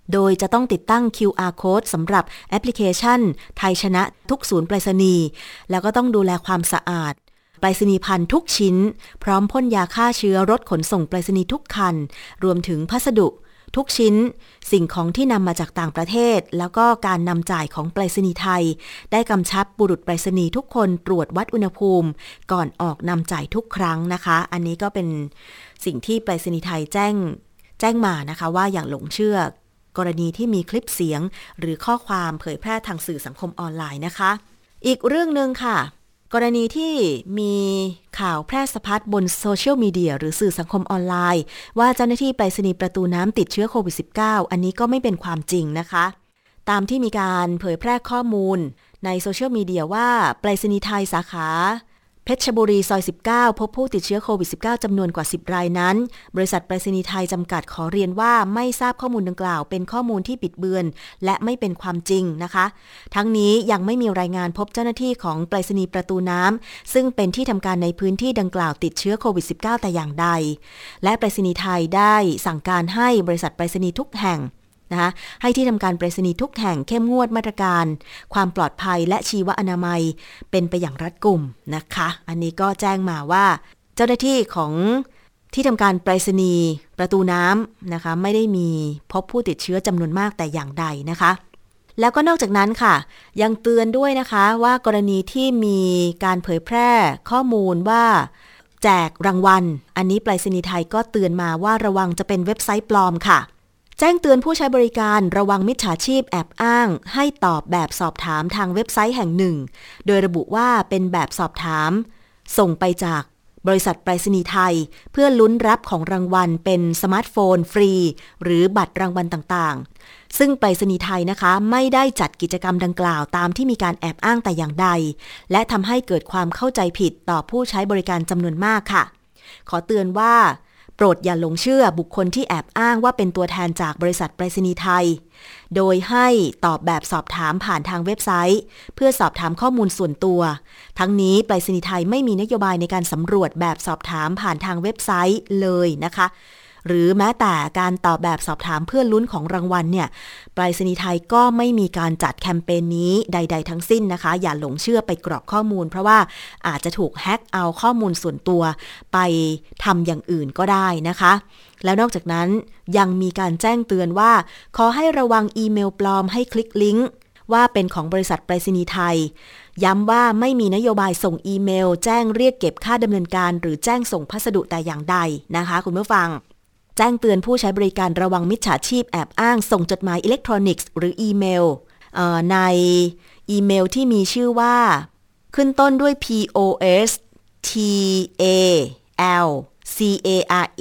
โดยจะต้องติดตั้ง คิว อาร์ Code สำหรับแอปพลิเคชันไทยชนะทุกศูนย์ไปรษณีย์แล้วก็ต้องดูแลความสะอาดไปรษณีย์พันธุ์ทุกชิ้นพร้อมพ่นยาฆ่าเชื้อรถขนส่งไปรษณีย์ทุกคันรวมถึงพัสดุทุกชิ้นสิ่งของที่นำมาจากต่างประเทศแล้วก็การนำจ่ายของไปรษณีย์ไทยได้กำชับบุรุษไปรษณีย์ทุกคนตรวจวัดอุณหภูมิก่อนออกนำจ่ายทุกครั้งนะคะอันนี้ก็เป็นสิ่งที่ไปรษณีย์ไทยแจ้งแจ้งมานะคะว่าอย่างหลงเชื่อกรณีที่มีคลิปเสียงหรือข้อความเผยแพร่ทางสื่อสังคมออนไลน์นะคะอีกเรื่องนึงค่ะกรณีที่มีข่าวแพร่สะพัดบนโซเชียลมีเดียหรือสื่อสังคมออนไลน์ว่าเจ้าหน้าที่ไปรษณีย์ประตูน้ำติดเชื้อโควิด สิบเก้า อันนี้ก็ไม่เป็นความจริงนะคะตามที่มีการเผยแพร่ข้อมูลในโซเชียลมีเดียว่าไปรษณีย์ไทยสาขาเพชรบุรีซอยสิบเก้าพบผู้ติดเชื้อโควิด สิบเก้า จำนวนกว่าสิบรายนั้นบริษัทไปรษณีย์ไทยจำกัดขอเรียนว่าไม่ทราบข้อมูลดังกล่าวเป็นข้อมูลที่บิดเบือนและไม่เป็นความจริงนะคะทั้งนี้ยังไม่มีรายงานพบเจ้าหน้าที่ของไปรษณีย์ประตูน้ำซึ่งเป็นที่ทำการในพื้นที่ดังกล่าวติดเชื้อโควิด สิบเก้า แต่อย่างใดและไปรษณีย์ไทยได้สั่งการให้บริษัทไปรษณีย์ทุกแห่งนะคะให้ที่ทำการไปรษณีย์ทุกแห่งเข้มงวดมาตรการความปลอดภัยและชีวอนามัยเป็นไปอย่างรัดกุมนะคะอันนี้ก็แจ้งมาว่าเจ้าหน้าที่ของที่ทำการไปรษณีย์ประตูน้ำนะคะไม่ได้มีพบผู้ติดเชื้อจำนวนมากแต่อย่างใดนะคะแล้วก็นอกจากนั้นค่ะยังเตือนด้วยนะคะว่ากรณีที่มีการเผยแพร่ข้อมูลว่าแจกรางวัลอันนี้ไปรษณีย์ไทยก็เตือนมาว่าระวังจะเป็นเว็บไซต์ปลอมค่ะแจ้งเตือนผู้ใช้บริการระวังมิจฉาชีพแอบอ้างให้ตอบแบบสอบถามทางเว็บไซต์แห่งหนึ่งโดยระบุว่าเป็นแบบสอบถามส่งไปจากบริษัทไปรษณีย์ไทยเพื่อลุ้นรับของรางวัลเป็นสมาร์ทโฟนฟรีหรือบัตรรางวัลต่างๆซึ่งไปรษณีย์ไทยนะคะไม่ได้จัดกิจกรรมดังกล่าวตามที่มีการแอบอ้างแต่อย่างใดและทำให้เกิดความเข้าใจผิดต่อผู้ใช้บริการจำนวนมากค่ะขอเตือนว่าโปรดอย่าหลงเชื่อบุคคลที่แอบอ้างว่าเป็นตัวแทนจากบริษัทไปรษณีย์ไทยโดยให้ตอบแบบสอบถามผ่านทางเว็บไซต์เพื่อสอบถามข้อมูลส่วนตัวทั้งนี้ไปรษณีย์ไทยไม่มีนโยบายในการสำรวจแบบสอบถามผ่านทางเว็บไซต์เลยนะคะหรือแม้แต่การตอบแบบสอบถามเพื่อลุ้นของรางวัลเนี่ยไปรษณีย์ไทยก็ไม่มีการจัดแคมเปญนี้ใดๆทั้งสิ้นนะคะอย่าหลงเชื่อไปกรอกข้อมูลเพราะว่าอาจจะถูกแฮ็กเอาข้อมูลส่วนตัวไปทำอย่างอื่นก็ได้นะคะแล้วนอกจากนั้นยังมีการแจ้งเตือนว่าขอให้ระวังอีเมลปลอมให้คลิกลิงก์ว่าเป็นของบริษัทไปรษณีย์ไทยย้ำว่าไม่มีนโยบายส่งอีเมลแจ้งเรียกเก็บค่าดำเนินการหรือแจ้งส่งพัสดุแต่อย่างใดนะคะคุณผู้ฟังแจ้งเตือนผู้ใช้บริการระวังมิจฉาชีพแอบอ้างส่งจดหมายอิเล็กทรอนิกส์หรืออีเมลในอีเมลที่มีชื่อว่าขึ้นต้นด้วย พี โอ เอส ที เอ แอล ซี เอ อาร์ อี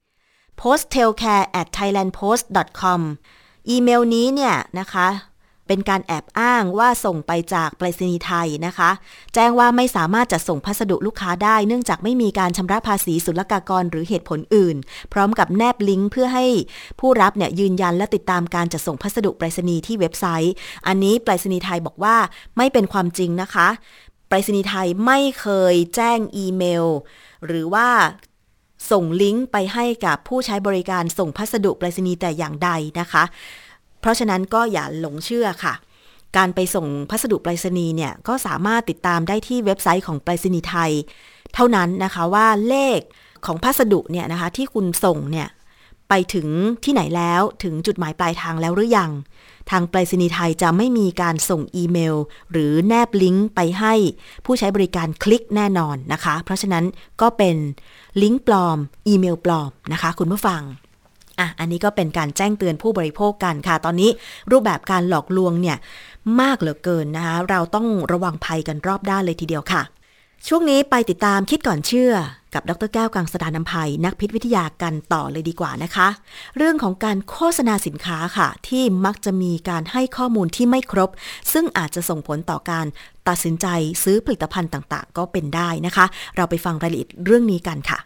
postelcare at thailandpost dot com อีเมลนี้เนี่ยนะคะเป็นการแอบอ้างว่าส่งไปจากไปรษณีย์ไทยนะคะแจ้งว่าไม่สามารถจัดส่งพัสดุลูกค้าได้เนื่องจากไม่มีการชำระภาษีศุลกากรหรือเหตุผลอื่นพร้อมกับแนบลิงก์เพื่อให้ผู้รับเนี่ยยืนยันและติดตามการจัดส่งพัสดุไปรษณีย์ที่เว็บไซต์อันนี้ไปรษณีย์ไทยบอกว่าไม่เป็นความจริงนะคะไปรษณีย์ไทยไม่เคยแจ้งอีเมลหรือว่าส่งลิงก์ไปให้กับผู้ใช้บริการส่งพัสดุไปรษณีย์แต่อย่างใดนะคะเพราะฉะนั้นก็อย่าหลงเชื่อค่ะการไปส่งพัสดุไปรษณีย์เนี่ยก็สามารถติดตามได้ที่เว็บไซต์ของไปรษณีย์ไทยเท่านั้นนะคะว่าเลขของพัสดุเนี่ยนะคะที่คุณส่งเนี่ยไปถึงที่ไหนแล้วถึงจุดหมายปลายทางแล้วหรือยังทางไปรษณีย์ไทยจะไม่มีการส่งอีเมลหรือแนบลิงก์ไปให้ผู้ใช้บริการคลิกแน่นอนนะคะเพราะฉะนั้นก็เป็นลิงก์ปลอมอีเมลปลอมนะคะคุณผู้ฟังอ่ะอันนี้ก็เป็นการแจ้งเตือนผู้บริโภคกันค่ะตอนนี้รูปแบบการหลอกลวงเนี่ยมากเหลือเกินนะคะเราต้องระวังภัยกันรอบด้านเลยทีเดียวค่ะช่วงนี้ไปติดตามคิดก่อนเชื่อกับดร.แก้วกังสดาลอำไพนักพิษวิทยากันต่อเลยดีกว่านะคะเรื่องของการโฆษณาสินค้าค่ะที่มักจะมีการให้ข้อมูลที่ไม่ครบซึ่งอาจจะส่งผลต่อการตัดสินใจซื้อผลิตภัณฑ์ต่างๆก็เป็นได้นะคะเราไปฟังรายละเอียดเรื่องนี้กันค่ะ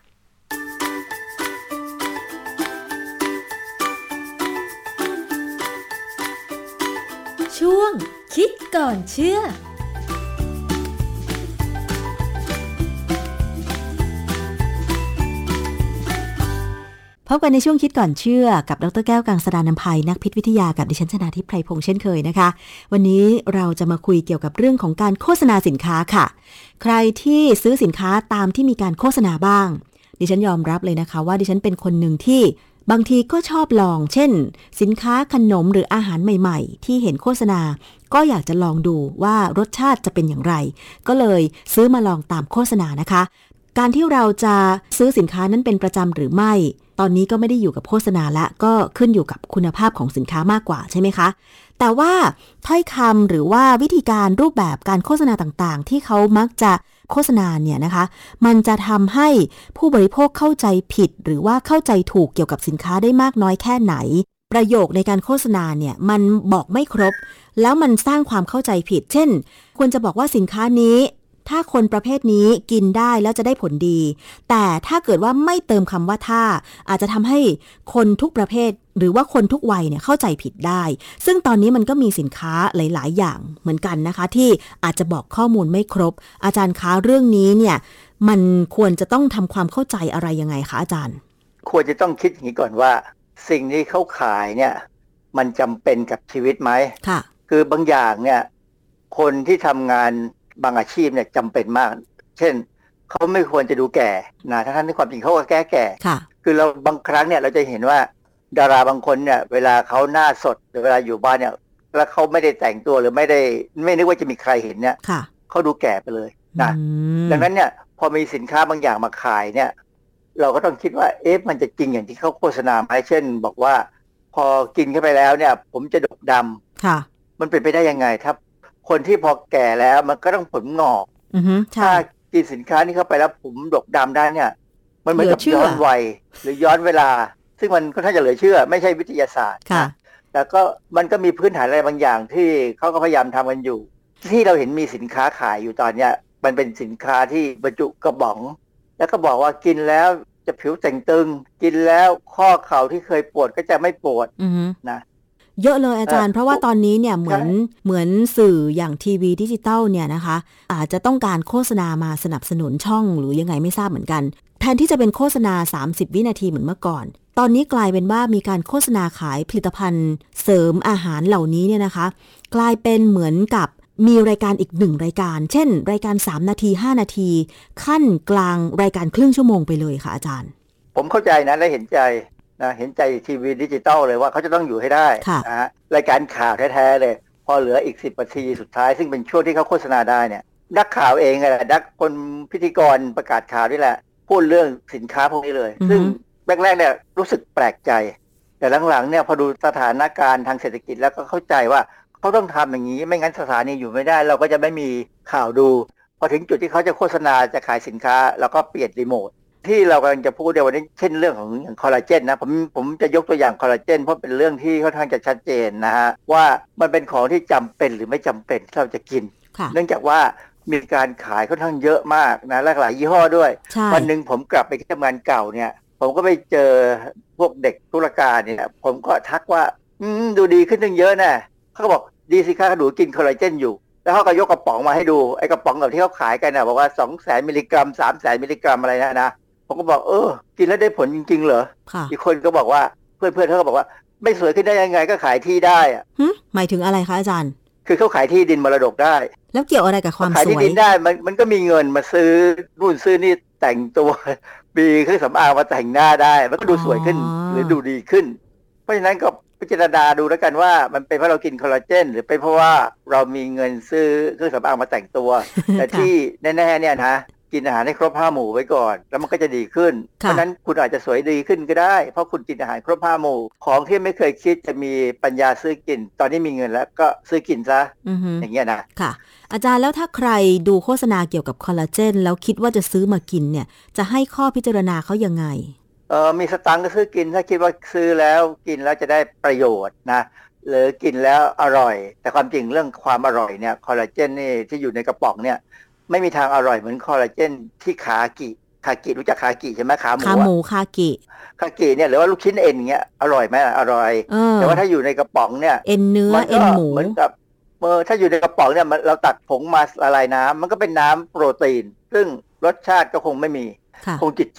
ช่วงคิดก่อนเชื่อพพบกันในช่วงคิดก่อนเชื่อกับดรแก้วกังสดาลอำไพนักพิษวิทยากับดิฉันชนาทิพย์ไพรพงษ์เช่นเคยนะคะวันนี้เราจะมาคุยเกี่ยวกับเรื่องของการโฆษณาสินค้าค่ะใครที่ซื้อสินค้าตามที่มีการโฆษณาบ้างดิฉันยอมรับเลยนะคะว่าดิฉันเป็นคนหนึ่งที่บางทีก็ชอบลองเช่นสินค้าขนมหรืออาหารใหม่ๆที่เห็นโฆษณาก็อยากจะลองดูว่ารสชาติจะเป็นอย่างไรก็เลยซื้อมาลองตามโฆษณานะคะการที่เราจะซื้อสินค้านั้นเป็นประจำหรือไม่ตอนนี้ก็ไม่ได้อยู่กับโฆษณาละก็ขึ้นอยู่กับคุณภาพของสินค้ามากกว่าใช่ไหมคะแต่ว่าถ้อยคำหรือว่าวิธีการรูปแบบการโฆษณาต่างๆที่เขามักจะโฆษณาเนี่ยนะคะมันจะทำให้ผู้บริโภคเข้าใจผิดหรือว่าเข้าใจถูกเกี่ยวกับสินค้าได้มากน้อยแค่ไหนประโยคในการโฆษณาเนี่ยมันบอกไม่ครบแล้วมันสร้างความเข้าใจผิดเช่นควรจะบอกว่าสินค้านี้ถ้าคนประเภทนี้กินได้แล้วจะได้ผลดีแต่ถ้าเกิดว่าไม่เติมคำว่าถ้าอาจจะทำให้คนทุกประเภทหรือว่าคนทุกวัยเนี่ยเข้าใจผิดได้ซึ่งตอนนี้มันก็มีสินค้าหลายๆอย่างเหมือนกันนะคะที่อาจจะบอกข้อมูลไม่ครบอาจารย์คะเรื่องนี้เนี่ยมันควรจะต้องทำความเข้าใจอะไรยังไงคะอาจารย์ควรจะต้องคิดอย่างนี้ก่อนว่าสิ่งที่เขาขายเนี่ยมันจำเป็นกับชีวิตไหมค่ะคือบางอย่างเนี่ยคนที่ทำงานบางอาชีพเนี่ยจำเป็นมากเช่นเขาไม่ควรจะดูแก่นะทั้งที่ความจริงเขาก็แก่แก่ค่ะคือเราบางครั้งเนี่ยเราจะเห็นว่าดาราบางคนเนี่ยเวลาเขาหน้าสดหรือเวลาอยู่บ้านเนี่ยแล้วเขาไม่ได้แต่งตัวหรือไม่ได้ไม่นึกว่าจะมีใครเห็นเนี่ยเขาดูแก่ไปเลยนะดังนั้นเนี่ยพอมีสินค้าบางอย่างมาขายเนี่ยเราก็ต้องคิดว่าเอ๊ะมันจะจริงอย่างที่เขาโฆษณาไหมเช่นบอกว่าพอกินเข้าไปแล้วเนี่ยผมจะดกดำค่ะมันเป็นไปได้ยังไงถ้าคนที่พอแก่แล้วมันก็ต้องผมงอกถ้ากินสินค้านี้เข้าไปแล้วผมดกดำได้เนี่ยมันเหมือนกับย้อนวัยหรือย้อนเวลาซึ่งมันก็ถ้าจะเหลือเชื่อไม่ใช่วิทยาศาสตร์ค่ะแต่ก็มันก็มีพื้นฐานอะไรบางอย่างที่เขาก็พยายามทำกันอยู่ที่เราเห็นมีสินค้าขายอยู่ตอนเนี้ยมันเป็นสินค้าที่บรรจุกระป๋องแล้วก็บอกว่ากินแล้วจะผิวแต่งตึงกินแล้วข้อเข่าที่เคยปวดก็จะไม่ปวดนะเยอะเลยอาจารย์เพราะว่าตอนนี้เนี่ยเหมือนเหมือนสื่ออย่างทีวีดิจิตอลเนี่ยนะคะอาจจะต้องการโฆษณามาสนับสนุนช่องหรือยังไงไม่ทราบเหมือนกันแทนที่จะเป็นโฆษณาสามสิบวินาทีเหมือนเมื่อก่อนตอนนี้กลายเป็นว่ามีการโฆษณาขายผลิตภัณฑ์เสริมอาหารเหล่านี้เนี่ยนะคะกลายเป็นเหมือนกับมีรายการอีกหนึ่งรายการเช่นรายการสามนาทีห้านาทีขั้นกลางรายการครึ่งชั่วโมงไปเลยค่ะอาจารย์ผมเข้าใจนะและเห็นใจนะเห็นใจทีวีดิจิตอลเลยว่าเขาจะต้องอยู่ให้ได้นะฮะรายการข่าวแท้ๆเลยพอเหลืออีกสิบนาทีสุดท้ายซึ่งเป็นช่วงที่เขาโฆษณาได้เนี่ยนักข่าวเองแหละนักคนพิธีกรประกาศข่าวนี่แหละพูดเรื่องสินค้าพวกนี้เลยซึ่งแรกๆเนี่ยรู้สึกแปลกใจแต่หลังๆเนี่ยพอดูสถานการณ์ทางเศรษฐกิจแล้วก็เข้าใจว่าเขาต้องทำอย่างนี้ไม่งั้นสถานีอยู่ไม่ได้เราก็จะไม่มีข่าวดูพอถึงจุดที่เขาจะโฆษณาจะขายสินค้าเราก็เปลี่ยนรีโมทที่เรากำลังจะพูดในวันนี้เช่นเรื่องของอย่างคอลลาเจนนะผมผมจะยกตัวอย่างคอลลาเจนเพราะเป็นเรื่องที่ค่อนข้างจะชัดเจนนะฮะว่ามันเป็นของที่จำเป็นหรือไม่จำเป็นที่เราจะกินเนื่องจากว่ามีการขายค่อนข้างเยอะมากนะหลากหลายยี่ห้อด้วยวันหนึ่งผมกลับไปที่ทำงานเก่าเนี่ยผมก็ไปเจอพวกเด็กธุรการเนี่ยผมก็ทักว่าอืมดูดีขึ้นตั้งเยอะนะเขาก็บอกดีสิคะหนูกินคอลลาเจนอยู่แล้วเขาก็ยกกระป๋องมาให้ดูไอ้กระป๋องแบบที่เขาขายกันนะบอกว่า สองแสน มิลลิกรัม สามแสน มิลลิกรัมอะไรนะนะผมก็บอกเออกินแล้วได้ผลจริงๆเหรออีกคนก็บอกว่าเพื่อนๆเขาก็บอกว่าไม่สวยขึ้นได้ยังไงก็ขายที่ได้อะหมายถึงอะไรคะอาจารย์คือเขาขายที่ดินมรดกได้แล้วเกี่ยวอะไรกับความสวยขายที่ดินได้มันมันก็มีเงินมาซื้อรุ่นซื้อนี่แต่งตัวมีเครื่องสำอางมาแต่งหน้าได้มันก็ดูสวยขึ้นหรือดูดีขึ้นเพราะฉะนั้นก็พิจารณาดูแล้วกันว่ามันเป็นเพราะเรากินคอลลาเจนหรือเป็นเพราะว่าเรามีเงินซื้อเครื่องสำอางมาแต่งตัว แต่ที่แน่ๆเนี่ยนะกินอาหารให้ครบห้าหมู่ไว้ก่อนแล้วมันก็จะดีขึ้นเพราะนั้นคุณอาจจะสวยดีขึ้นก็ได้เพราะคุณกินอาหารครบห้าหมู่ของที่ไม่เคยคิดจะมีปัญญาซื้อกินตอนนี้มีเงินแล้วก็ซื้อกินซะ อ, อย่างเงี้ยนะค่ะอาจารย์แล้วถ้าใครดูโฆษณาเกี่ยวกับคอลลาเจนแล้วคิดว่าจะซื้อมากินเนี่ยจะให้ข้อพิจารณาเขายังไงเออมีสตังค์ก็ซื้อกินถ้าคิดว่าซื้อแล้วกินแล้วจะได้ประโยชน์นะหรือกินแล้วอร่อยแต่ความจริงเรื่องความอร่อยเนี่ยคอลลาเจนนี่ที่อยู่ในกระป๋องเนี่ยไม่มีทางอร่อยเหมือนคอลลาเจนที่คากิคากิรู้จักคากิใช่ไหมขาหมูขาหมูคากิคากิเนี่ยหรือว่าลูกชิ้นเอ็นเงี้ยอร่อยไหมอร่อยแต่ว่าถ้าอยู่ในกระป๋องเนี่ยเอ็นเนื้อเอ็นหมูเหมือนกับเมื่อถ้าอยู่ในกระป๋องเนี่ยเราตักผงมาละลายน้ำมันก็เป็นน้ำโปรตีนซึ่งรสชาติก็คงไม่มีคงจืดจืด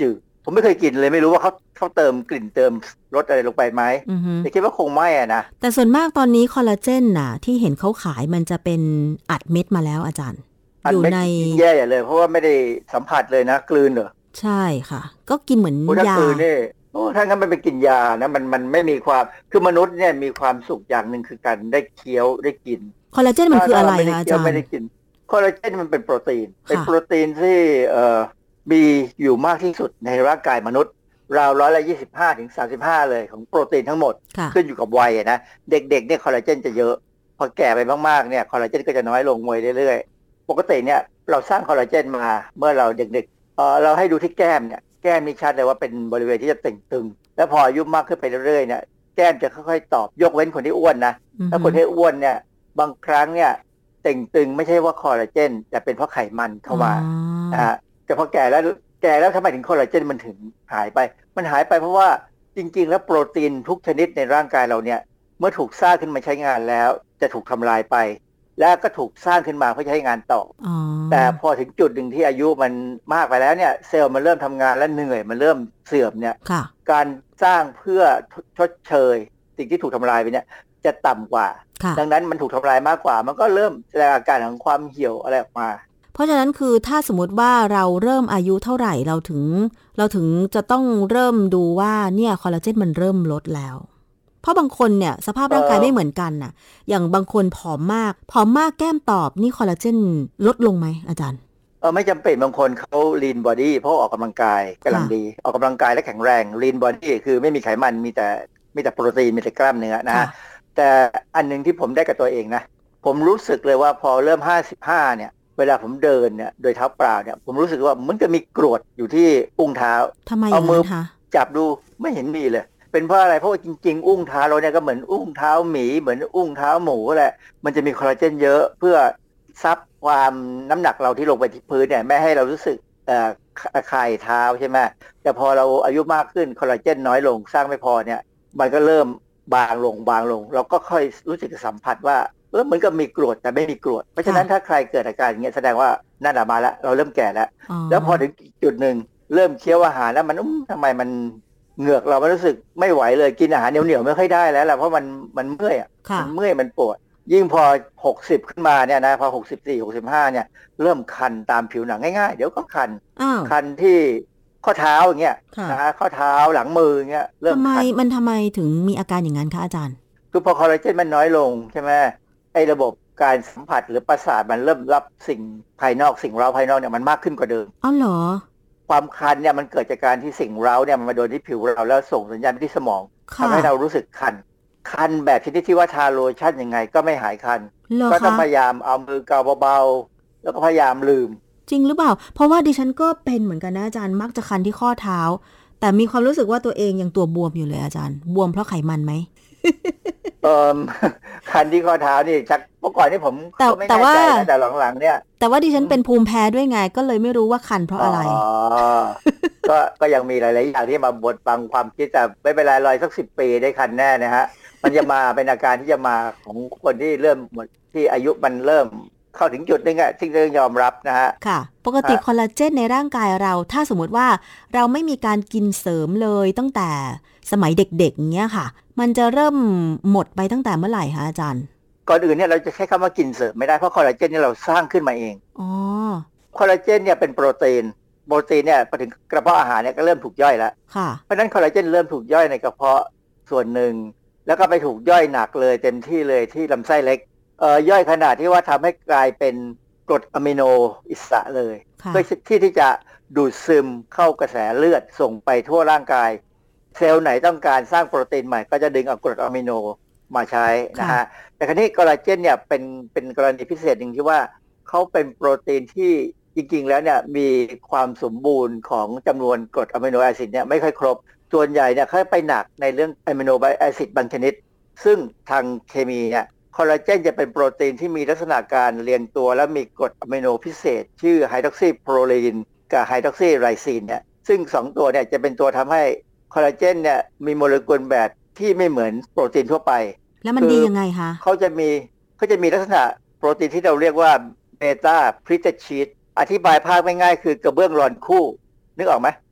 ผมไม่เคยกินเลยไม่รู้ว่าเขาเขาเติมกลิ่นเติมรสอะไรลงไปไหมแต่คิดว่าคงไม่อะนะแต่ส่วนมากตอนนี้คอลลาเจนน่ะที่เห็นเขาขายมันจะเป็นอัดเม็ดมาแล้วอาจารย์อยู่ในแย่เลยเพราะว่าไม่ได้สัมผัสเลยนะกลืนเหรอใช่ค่ะก็กินเหมือนยากลืนนี่โอ้ถ้างั้นมันเป็นกินยานะมันมันไม่มีความคือมนุษย์เนี่ยมีความสุขอย่างหนึ่งคือการได้เคี้ยวได้กินคอลลาเจนมันคืออะไรคะอาจารย์ไม่ได้กินคอลลาเจนมันเป็นโปรตีนเป็นโปรตีนที่เอ่อมีอยู่มากที่สุดในร่างกายมนุษย์ราวร้อยละยี่สิบห้าถึงสามสิบห้าเลยของโปรตีนทั้งหมดขึ้นอยู่กับวัยนะเด็กๆเนี่ยคอลลาเจนจะเยอะพอแก่ไปมากๆเนี่ยคอลลาเจนก็จะน้อยลงวัยเรื่อยๆปกติเนี่ยเราสร้างคอลลาเจนมาเมื่อเราเด็กๆเอ่อเราให้ดูที่แก้มเนี่ยแก้มนี่ชัดเลยว่าเป็นบริเวณที่จะเต่งตึงแล้วพออายุมากขึ้นไปเรื่อยๆเนี่ยแก้มจะค่อยๆตอบยกเว้นคนที่อ้วนนะถ้าคนที่อ้วนเนี่ยบางครั้งเนี่ยเต่งตึงไม่ใช่ว่าคอลลาเจนแต่เป็นเพราะไขมันเข้ามาอ่าแต่พอแก่แล้วแก่แล้วทำไมถึงคอลลาเจนมันถึงหายไปมันหายไปเพราะว่าจริงๆแล้วโปรตีนทุกชนิดในร่างกายเราเนี่ยเมื่อถูกสร้างขึ้นมาใช้งานแล้วจะถูกทำลายไปแล้วก็ถูกสร้างขึ้นมาเพื่อใช้งานต่อแต่พอถึงจุดหนึ่งที่อายุมันมากไปแล้วเนี่ยเซลล์มันเริ่มทำงานและเหนื่อยมันเริ่มเสื่อมเนี่ยการสร้างเพื่อชดเชยสิ่งที่ถูกทำลายไปเนี่ยจะต่ำกว่าดังนั้นมันถูกทำลายมากกว่ามันก็เริ่มแสดงอาการของความเหี่ยวอะไรออกมาเพราะฉะนั้นคือถ้าสมมติว่าเราเริ่มอายุเท่าไหร่เราถึงเราถึงจะต้องเริ่มดูว่าเนี่ยคอลลาเจนมันเริ่มลดแล้วเพราะบางคนเนี่ยสภาพร่างกายไม่เหมือนกันน่ะอย่างบางคนผอมมากผอมมากแก้มตอบนี่คอลลาเจนลดลงไหมอาจารย์เออไม่จำเป็นบางคนเขาลีนบอดี้เพราะออกกำลังกายกำลังดีออกกำลังกายและแข็งแรงลีนบอดี้คือไม่มีไขมันมีแต่มีแต่โปรตีนมีแต่กล้ามเนื้อนะแต่อันนึงที่ผมได้กับตัวเองนะผมรู้สึกเลยว่าพอเริ่มห้าสิบห้าเนี่ยเวลาผมเดินเนี่ยโดยเท้าเปล่าเนี่ยผมรู้สึกว่ามันจะมีกรวดอยู่ที่อุ้งเท้าทำไมเอามือคะจับดูไม่เห็นมีเลยเป็นเพราะอะไรเพราะว่าจริงๆอุ้งเท้าเราเนี่ยก็เหมือนอุ้งเท้าหมีเหมือนอุ้งเท้าหมูแหละมันจะมีคอลลาเจนเยอะเพื่อซับความน้ำหนักเราที่ลงไปที่พื้นเนี่ยไม่ให้เรารู้สึกเอ่อคายเท้าใช่ไหมแต่พอเราอายุมากขึ้นคอลลาเจนน้อยลงสร้างไม่พอเนี่ยมันก็เริ่มบางลงบางลงเราก็ค่อยรู้สึกสัมผัสว่าเออเหมือนกับมีกรวดแต่ไม่มีกรวดเพราะฉะนั้นถ้าใครเกิดอาการอย่างเงี้ยแสดงว่านั่นแหละมาแล้วเราเริ่มแก่แล้วแล้วพอถึงจุดหนึ่งเริ่มเคี้ยวอาหารแล้วมันอุ้มทำไมมันเหงือกเราไม่รู้สึกไม่ไหวเลยกินอาหารเหนียวๆไม่ค่อยได้แล้วแหละเพราะมันมันเมื่อยอ่ะมันเมื่อยมันปวดยิ่งพอหกสิบขึ้นมาเนี่ยนะพอหกสิบสี่ หกสิบห้าเนี่ยเริ่มคันตามผิวหนังง่ายๆเดี๋ยวก็คันคันที่ข้อเท้าอย่างเงี้ยนะข้อเท้าหลังมือเงี้ยเริ่มคันทำไมมันทำไมถึงมีอาการอย่างนั้นคะอาจารย์คือพอคอลลาเจนมันน้อยลงใช่ไหมไอ้ระบบการสัมผัสหรือประสาทมันเริ่มรับสิ่งภายนอกสิ่งเร้าภายนอกเนี่ยมันมากขึ้นกว่าเดิมอ๋อเหรอความคันเนี่ยมันเกิดจากการที่สิ่งเร้าเนี่ยมันมาโดนที่ผิวเราแล้วส่งสัญญาณไปที่สมองทำให้เรารู้สึกคันคันแบบชนิดที่ว่าทาโลชั่นยังไงก็ไม่หายคันก็ต้องพยายามเอามือเกาเบาๆแล้วก็พยายามลืมจริงหรือเปล่าเพราะว่าดิฉันก็เป็นเหมือนกันนะอาจารย์มักจะคันที่ข้อเท้าแต่มีความรู้สึกว่าตัวเองยังตัวบวมอยู่เลยอาจารย์บวมเพราะไขมันไหมเอ่อคันที่ข้อเท้านี่ชักเมื่อก่อนนี่ผมแต่แต่ว่าแต่หลังๆเนี่ยแต่ว่าดิฉันเป็นภูมิแพ้ด้วยไงก็เลยไม่รู้ว่าคันเพราะอะไรอ๋อก็ก็ยังมีหลายๆอย่างที่มาบดบังความคิดแต่ไม่เป็นไรรอยสักสิบปีได้คันแน่นะฮะมันจะมาเป็นอาการที่จะมาของคนที่เริ่มที่อายุมันเริ่มเข้าถึงจุดนึงอะที่ต้องยอมรับนะฮะค่ะปกติคอลลาเจนในร่างกายเราถ้าสมมติว่าเราไม่มีการกินเสริมเลยตั้งแต่สมัยเด็กๆอย่างเงี้ยค่ะมันจะเริ่มหมดไปตั้งแต่เมื่อไหร่คะอาจารย์ก่อนอื่นเนี่ยเราจะใช้คำว่ากินเสริมไม่ได้เพราะคอลลาเจนเนี่ยเราสร้างขึ้นมาเองอ๋อคอลลาเจนเนี่ยเป็นโปรตีนโปรตีนเนี่ยพอถึงกระเพาะอาหารเนี่ยก็เริ่มถูกย่อยแล้วค่ะเพราะฉะนั้นคอลลาเจนเริ่มถูกย่อยในกระเพาะส่วนหนึ่งแล้วก็ไปถูกย่อยหนักเลยเต็มที่เลยที่ลำไส้เล็กเอ่อย่อยขนาดที่ว่าทำให้กลายเป็นกรดอะมิโนอิสระเลยเพื่อที่ที่จะดูดซึมเข้ากระแสเลือดส่งไปทั่วร่างกายเซลล์ไหนต้องการสร้างโปรตีนใหม่ก็จะดึงเอากรดอะมิโนมาใช้นะฮะแต่คราวนี้คอลลาเจนเนี่ยเป็นเป็นกรณีพิเศษหนึ่งที่ว่าเขาเป็นโปรตีนที่จริงๆแล้วเนี่ยมีความสมบูรณ์ของจำนวนกรดอะมิโนแอซิดเนี่ยไม่ค่อยครบส่วนใหญ่เนี่ยเขาไปหนักในเรื่องอะมิโนแอซิดบางชนิดซึ่งทางเคมีเนี่ยคอลลาเจนจะเป็นโปรตีนที่มีลักษณะการเรียงตัวและมีกรดอะมิโนพิเศษชื่อไฮดรอกซีโพรลีนกับไฮดรอกซีไรซีนเนี่ยซึ่งสองตัวเนี่ยจะเป็นตัวทำให้คอลลาเจนเนี่ยมีโมเลกุลแบบที่ไม่เหมือนโปรตีนทั่วไปแล้วมันดียังไงคะเขาจะมีเขาจะมีลักษณะโปรตีนที่เราเรียกว่าเบต้าพริตชีตอธิบายภาพง่ายๆคือกระเบื้องรอนคู่นึกออกไหม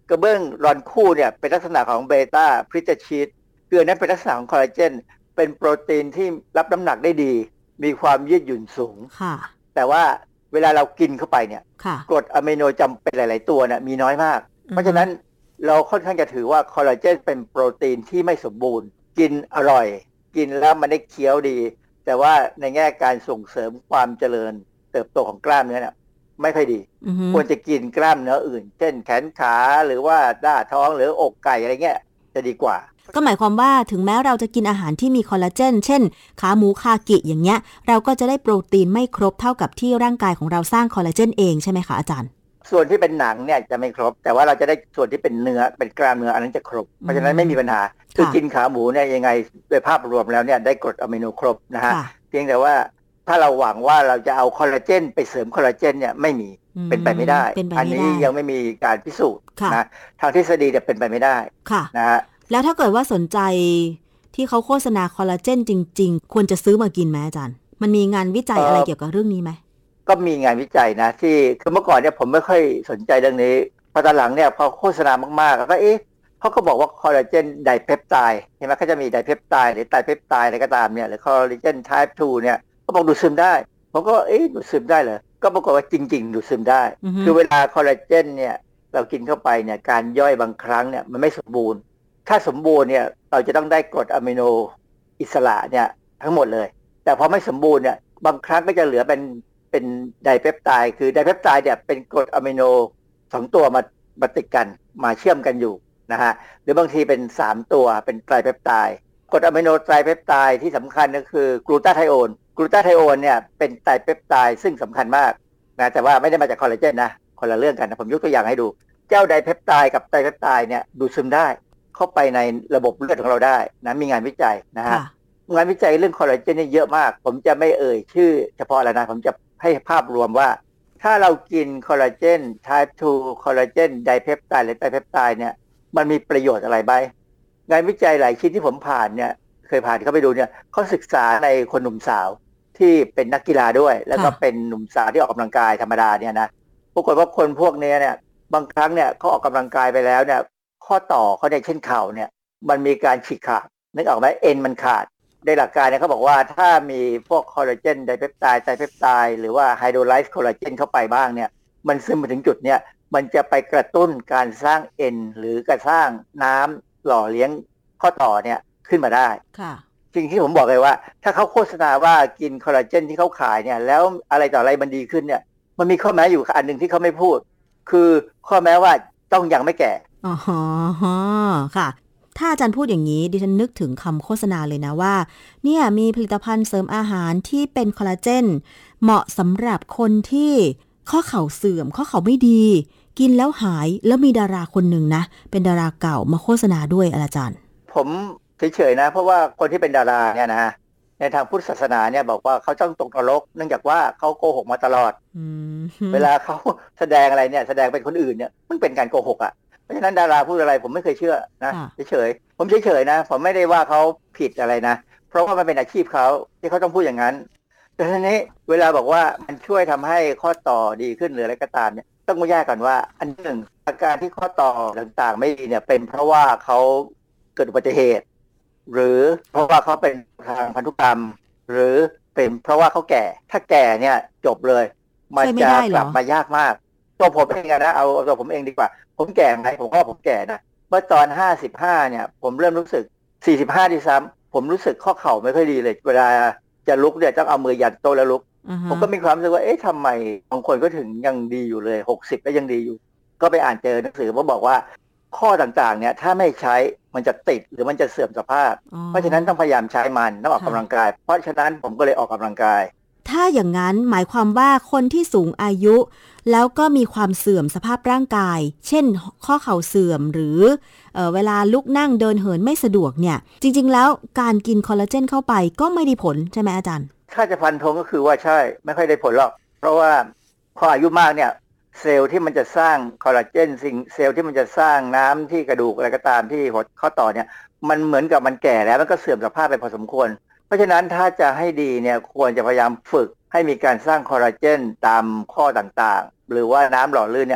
กระเบื้องรอนคู่เนี่ยเป็นลักษณะของเบต้าพริตชีตคืออันนั้นเป็นลักษณะของคอลลาเจนเป็นโปรตีนที่รับน้ำหนักได้ดีมีความยืดหยุ่นสูงแต่ว่าเวลาเรากินเข้าไปเนี่ยกรดอะมิโนจำเป็นหลายๆตัวเนี่ยมีน้อยมากเพราะฉะนั้นเราค่อนข้างจะถือว่าคอลลาเจนเป็นโปรตีนที่ไม่สมบูรณ์กินอร่อยกินแล้วมันได้เคี้ยวดีแต่ว่าในแง่การส่งเสริมความเจริญเติบโตของกล้ามเนื้อเนี่ยไม่ค่อยดี mm-hmm. ควรจะกินกล้ามเนื้ออื่นเช่นแขนขาหรือว่าด้าท้องหรืออกไก่อะไรเงี้ยจะดีกว่าก็หมายความว่าถึงแม้เราจะกินอาหารที่มีคอลลาเจนเช่นขาหมูคากิอย่างเงี้ยเราก็จะได้โปรตีนไม่ครบเท่ากับที่ร่างกายของเราสร้างคอลลาเจนเองใช่ไหมคะอาจารย์ส่วนที่เป็นหนังเนี่ยจะไม่ครบแต่ว่าเราจะได้ส่วนที่เป็นเนื้อเป็นกล้ามเนื้ออันนั้นจะครบเพราะฉะนั้นไม่มีปัญหาคือกินขาหมูเนี่ยยังไงโดยภาพรวมแล้วเนี่ยได้กรดอะมิโนครบนะฮะเพียงแต่ว่าถ้าเราหวังว่าเราจะเอาคอลลาเจนไปเสริมคอลลาเจนเนี่ยไม่มีเป็นไปไม่ได้อันนี้ยังไม่มีการพิสูจน์นะทางทฤษฎีเนี่ยเป็นไปไม่ได้นะฮะแล้วถ้าเกิดว่าสนใจที่เขาโฆษณาคอลลาเจนจริงๆควรจะซื้อมากินไหมอาจารย์มันมีงานวิจัยอะไรเกี่ยวกับเรื่องนี้ไหมก็มีงานวิจัยนะที่คือเมื่อก่อนเนี่ยผมไม่ค่อยสนใจเรื่องนี้พอตอนหลังเนี่ยพอโฆษณามากๆก็เอ๊ะเขาก็บอกว่าคอลลาเจนไดเพปไทด์ใช่ไหมเขาจะมีไดเพปไทด์หรือไตรเพปไทด์อะไรก็ตามเนี่ยหรือคอลลาเจน type ทูเนี่ยเขาบอกดูดซึมได้ผมก็เอ๊ะดูดซึมได้เหรอก็ปรากฏว่าจริงๆดูดซึมได้ mm-hmm. คือเวลาคอลลาเจนเนี่ยเรากินเข้าไปเนี่ยการย่อยบางครั้งเนี่ยมันไม่สมบูรณ์ถ้าสมบูรณ์เนี่ยเราจะต้องได้กรดอะมิโนอิสระเนี่ยทั้งหมดเลยแต่พอไม่สมบูรณ์เนี่ยบางครั้งก็จะเหลือเป็นเป็นไดเพปไทด์คือไดเพปไทด์เนี่ยเป็นกรดอะมิโนสองตัวมามาติดกันมาเชื่อมกันอยู่นะฮะหรือบางทีเป็นสามตัวเป็นไตรเพปไทด์กรดอะมิโนไตรเพปไทด์ที่สำคัญก็คือกลูตาไทโอนกลูตาไทโอนเนี่ยเป็นไตรเพปไทด์ซึ่งสำคัญมากนะแต่ว่าไม่ได้มาจากคอลลาเจนนะคนละเรื่องกันนะผมยกตัวอย่างให้ดูเจ้าไดเพปไทด์กับไตรเพปไทด์เนี่ยดูดซึมได้เข้าไปในระบบเลือดของเราได้นะมีงานวิจัยนะฮะงานวิจัยเรื่องคอลลาเจนนี่เยอะมากผมจะไม่เอ่ยชื่อเฉพาะแล้วนะผมจะให้ภาพรวมว่าถ้าเรากินคอลลาเจน type ทูคอลลาเจนไดเพปไทด์หรือไตรเพปไทด์เนี่ยมันมีประโยชน์อะไรบ้างงานวิจัยหลายชิ้นที่ผมผ่านเนี่ยเคยผ่านเข้าไปดูเนี่ยเขาศึกษาในคนหนุ่มสาวที่เป็นนักกีฬาด้วยแล้วก็เป็นหนุ่มสาวที่ออกกำลังกายธรรมดาเนี่ยนะปรากฏว่าคนพวกนี้เนี่ยบางครั้งเนี่ยเขาออกกำลังกายไปแล้วเนี่ยข้อต่อเขาในเช่นเข่าเนี่ยมันมีการฉีกขาดนึกออกไหมเอ็นมันขาดในหลักการเนี่ยเขาบอกว่าถ้ามีพวกคอลลาเจนไดเพปไทด์ไตรเพปไทด์หรือว่าไฮโดรไลซ์คอลลาเจนเข้าไปบ้างเนี่ยมันซึมมาถึงจุดเนี่ยมันจะไปกระตุ้นการสร้างเอ็นหรือกระสร้างน้ำหล่อเลี้ยงข้อต่อเนี่ยขึ้นมาได้ค่ะสิ่งที่ผมบอกเลยว่าถ้าเขาโฆษณาว่ากินคอลลาเจนที่เขาขายเนี่ยแล้วอะไรต่ออะไรมันดีขึ้นเนี่ยมันมีข้อแม้อยู่อันหนึ่งที่เขาไม่พูดคือข้อแม้ว่าต้องยังไม่แก่อ๋อค่ะถ้าอาจารย์พูดอย่างนี้ดิฉันนึกถึงคำโฆษณาเลยนะว่าเนี่ยมีผลิตภัณฑ์เสริมอาหารที่เป็นคอลลาเจนเหมาะสำหรับคนที่ข้อเข่าเสื่อมข้อเข่าไม่ดีกินแล้วหายแล้วมีดาราคนหนึ่งนะเป็นดาราเก่ามาโฆษณาด้วยอาจารย์ผมเฉยๆนะเพราะว่าคนที่เป็นดาราเนี่ยนะในทางพุทธศาสนาเนี่ยบอกว่าเขาต้องตกนรกเนื่องจากว่าเขาโกหกมาตลอด เวลาเขาแสดงอะไรเนี่ยแสดงเป็นคนอื่นเนี่ยมันเป็นการโกหกอ่ะเพราะฉะนั้นดาราพูดอะไรผมไม่เคยเชื่อนะเฉยๆผมเฉยๆนะผมไม่ได้ว่าเขาผิดอะไรนะเพราะว่ามันเป็นอาชีพเขาที่เขาต้องพูดอย่างนั้นแต่ทีนี้เวลาบอกว่ามันช่วยทำให้ข้อต่อดีขึ้นหรืออะไรก็ตามเนี่ยต้องแยกก่อนว่าอันหนึ่งอาการที่ข้อต่อต่างๆไม่ดีเนี่ยเป็นเพราะว่าเขาเกิดอุบัติเหตุหรือเพราะว่าเขาเป็นทางพันธุกรรมหรือเป็นเพราะว่าเขาแก่ถ้าแก่เนี่ยจบเลยมันจะกลับมายากมากตัวผมเองนะเอาตัวผมเองดีกว่าผมแก่ไหมผมก็ผมแก่นะเมื่อตอนห้าสิบห้าเนี่ยผมเริ่มรู้สึกสี่สิบห้าที่ซ้ำผมรู้สึกข้อเข่าไม่ค่อยดีเลยเวลาจะลุกเนี่ยต้องเอามือยันโต๊ะแล้วลุก uh-huh. ผมก็มีความรู้สึกว่าเอ๊ะทำไมบางคนก็ถึงยังดีอยู่เลยหกสิบก็ยังดีอยู่ก็ไปอ่านเจอหนังสือเขาบอกว่าข้อต่างๆเนี่ยถ้าไม่ใช้มันจะติดหรือมันจะเสื่อมสภาพ uh-huh. เพราะฉะนั้นต้องพยายามใช้มันต้องออกกำลังกาย uh-huh. เพราะฉะนั้นผมก็เลยออกกำลังกายถ้าอย่างนั้นหมายความว่าคนที่สูงอายุแล้วก็มีความเสื่อมสภาพร่างกายเช่นข้อเข่าเสื่อมหรือเอ่อเวลาลุกนั่งเดินเหินไม่สะดวกเนี่ยจริงๆแล้วการกินคอลลาเจนเข้าไปก็ไม่ได้ผลใช่ไหมอาจารย์ถ้าจะฟันธงก็คือว่าใช่ไม่ค่อยได้ผลหรอกเพราะว่าพออายุมากเนี่ยเซลล์ที่มันจะสร้างคอลลาเจนสิ่งเซลล์ที่มันจะสร้างน้ำที่กระดูกอะไรก็ตามที่ข้อต่อเนี่ยมันเหมือนกับมันแก่แล้วมันก็เสื่อมสภาพไปพอสมควรเพราะฉะนั้นถ้าจะให้ดีเนี่ยควรจะพยายามฝึกให้มีการสร้างคอลลาเจนตามข้อต่างๆหรือว่าน้ำหล่อลื่นเนี่ย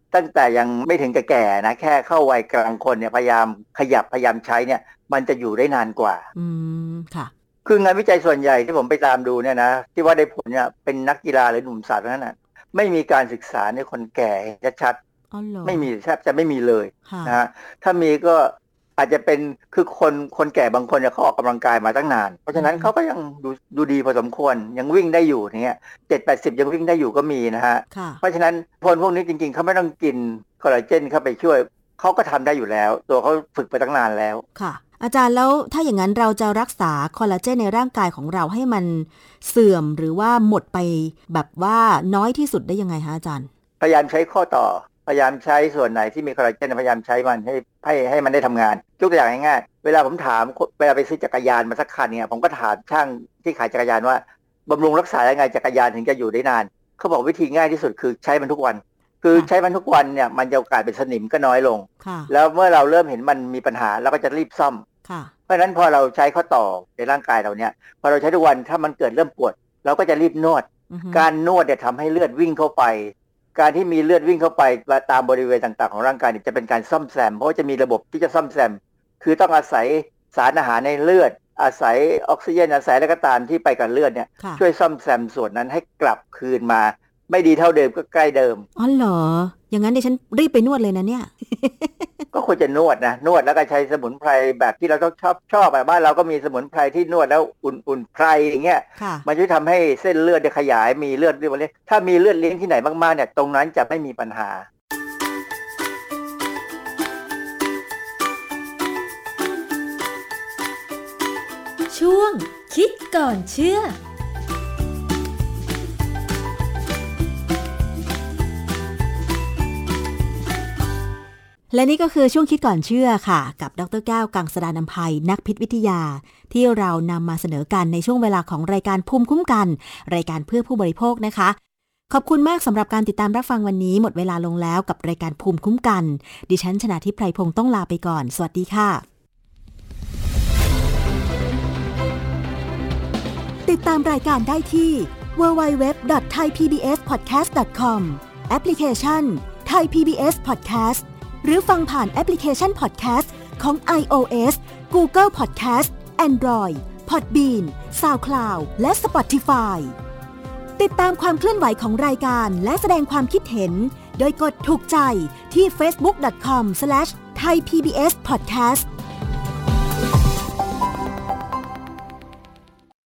ตั้งแต่ยังไม่ถึงแก่ๆนะแค่เข้าวัยกลางคนเนี่ยพยายามขยับพยายามใช้เนี่ยมันจะอยู่ได้นานกว่าอืมค่ะคืองานวิจัยส่วนใหญ่ที่ผมไปตามดูเนี่ยนะที่ว่าได้ผลเนี่ยเป็นนักกีฬาหรือหนุ่มสาวนั้นน่ะไม่มีการศึกษาในคนแก่ชัดๆไม่มีแทบจะไม่มีเลยนะฮะถ้ามีก็อาจจะเป็นคือคนคนแก่บางคนเนี่ยเขาออกกำลังกายมาตั้งนานเพราะฉะนั้นเขาก็ยังดูดูดีพอสมควรยังวิ่งได้อยู่เนี่ยเจ็ดแปดสิบยังวิ่งได้อยู่ก็มีนะฮะเพราะฉะนั้นคนพวกนี้จริงๆเขาไม่ต้องกินคอลลาเจนเข้าไปช่วยเขาก็ทำได้อยู่แล้วตัวเขาฝึกไปตั้งนานแล้วค่ะอาจารย์แล้วถ้าอย่างนั้นเราจะรักษาคอลลาเจนในร่างกายของเราให้มันเสื่อมหรือว่าหมดไปแบบว่าน้อยที่สุดได้ยังไงคะอาจารย์พยายามใช้ข้อต่อพยายามใช้ส่วนไหนที่มีคอลลาเจนพยายามใช้มันให้ให้ให้มันได้ทำงานยกตัวอย่างง่ายๆเวลาผมถามเวลาไปซื้อจักรยานมาสักคันเนี่ยผมก็ถามช่างที่ขายจักรยานว่าบำรุงรักษายังไงจักรยานถึงจะอยู่ได้นานเขาบอกวิธีง่ายที่สุดคือใช้มันทุกวันคือใช้มันทุกวันเนี่ยมันจะโอกาสเป็นสนิมก็น้อยลงแล้วเมื่อเราเริ่มเห็นมันมีปัญหาเราก็จะรีบซ่อมเพราะฉะนั้นพอเราใช้ข้อต่อในร่างกายเราเนี่ยพอเราใช้ทุกวันถ้ามันเกิดเริ่มปวดเราก็จะรีบนวดการนวดเนี่ยทำให้เลือดวิ่งเข้าไปการที่มีเลือดวิ่งเข้าไปตามบริเวณต่างๆของร่างกายเนี่ยจะเป็นการซ่อมแซมเพราะว่าจะมีระบบที่จะซ่อมแซมคือต้องอาศัยสารอาหารในเลือดอาศัยออกซิเจนอาศัยอะไรก็ตามที่ไปกับเลือดเนี่ยช่วยซ่อมแซมส่วนนั้นให้กลับคืนมาไม่ดีเท่าเดิมก็ใกล้เดิมอ๋อเหรออย่างนั้นดิฉันรีบไปนวดเลยนะเนี่ยก็ควรจะนวดนะนวดแล้วก็ใช้สมุนไพรแบบที่เราต้องชอบชอบแบบบ้านเราก็มีสมุนไพรที่นวดแล้วอุ่นๆไพรอย่างเงี้ยมันช่วยทำให้เส้นเลือดขยายมีเลือดเลี้ยงถ้ามีเลือดเลี้ยงที่ไหนมากๆเนี่ยตรงนั้นจะไม่มีปัญหาช่วงคิดก่อนเชื่อและนี่ก็คือช่วงคิดก่อนเชื่อค่ะกับดร.แก้วกังสดาลอำไพนักพิษวิทยาที่เรานำมาเสนอกันในช่วงเวลาของรายการภูมิคุ้มกันรายการเพื่อผู้บริโภคนะคะขอบคุณมากสำหรับการติดตามรับฟังวันนี้หมดเวลาลงแล้วกับรายการภูมิคุ้มกันดิฉันชนาธิปไพรพงศ์ต้องลาไปก่อนสวัสดีค่ะติดตามรายการได้ที่ ดับเบิลยู ดับเบิลยู ดับเบิลยู ดอท ไทย พี บี เอส พอดแคสต์ ดอท คอม แอปพลิเคชัน Thai พี บี เอส Podcast หรือฟังผ่านแอปพลิเคชัน Podcast ของ iOS Google Podcast Android Podbean SoundCloud และ Spotify ติดตามความเคลื่อนไหวของรายการและแสดงความคิดเห็นโดยกดถูกใจที่ เฟซบุ๊ก ดอท คอม สแลช ไทย พี บี เอส พอดแคสต์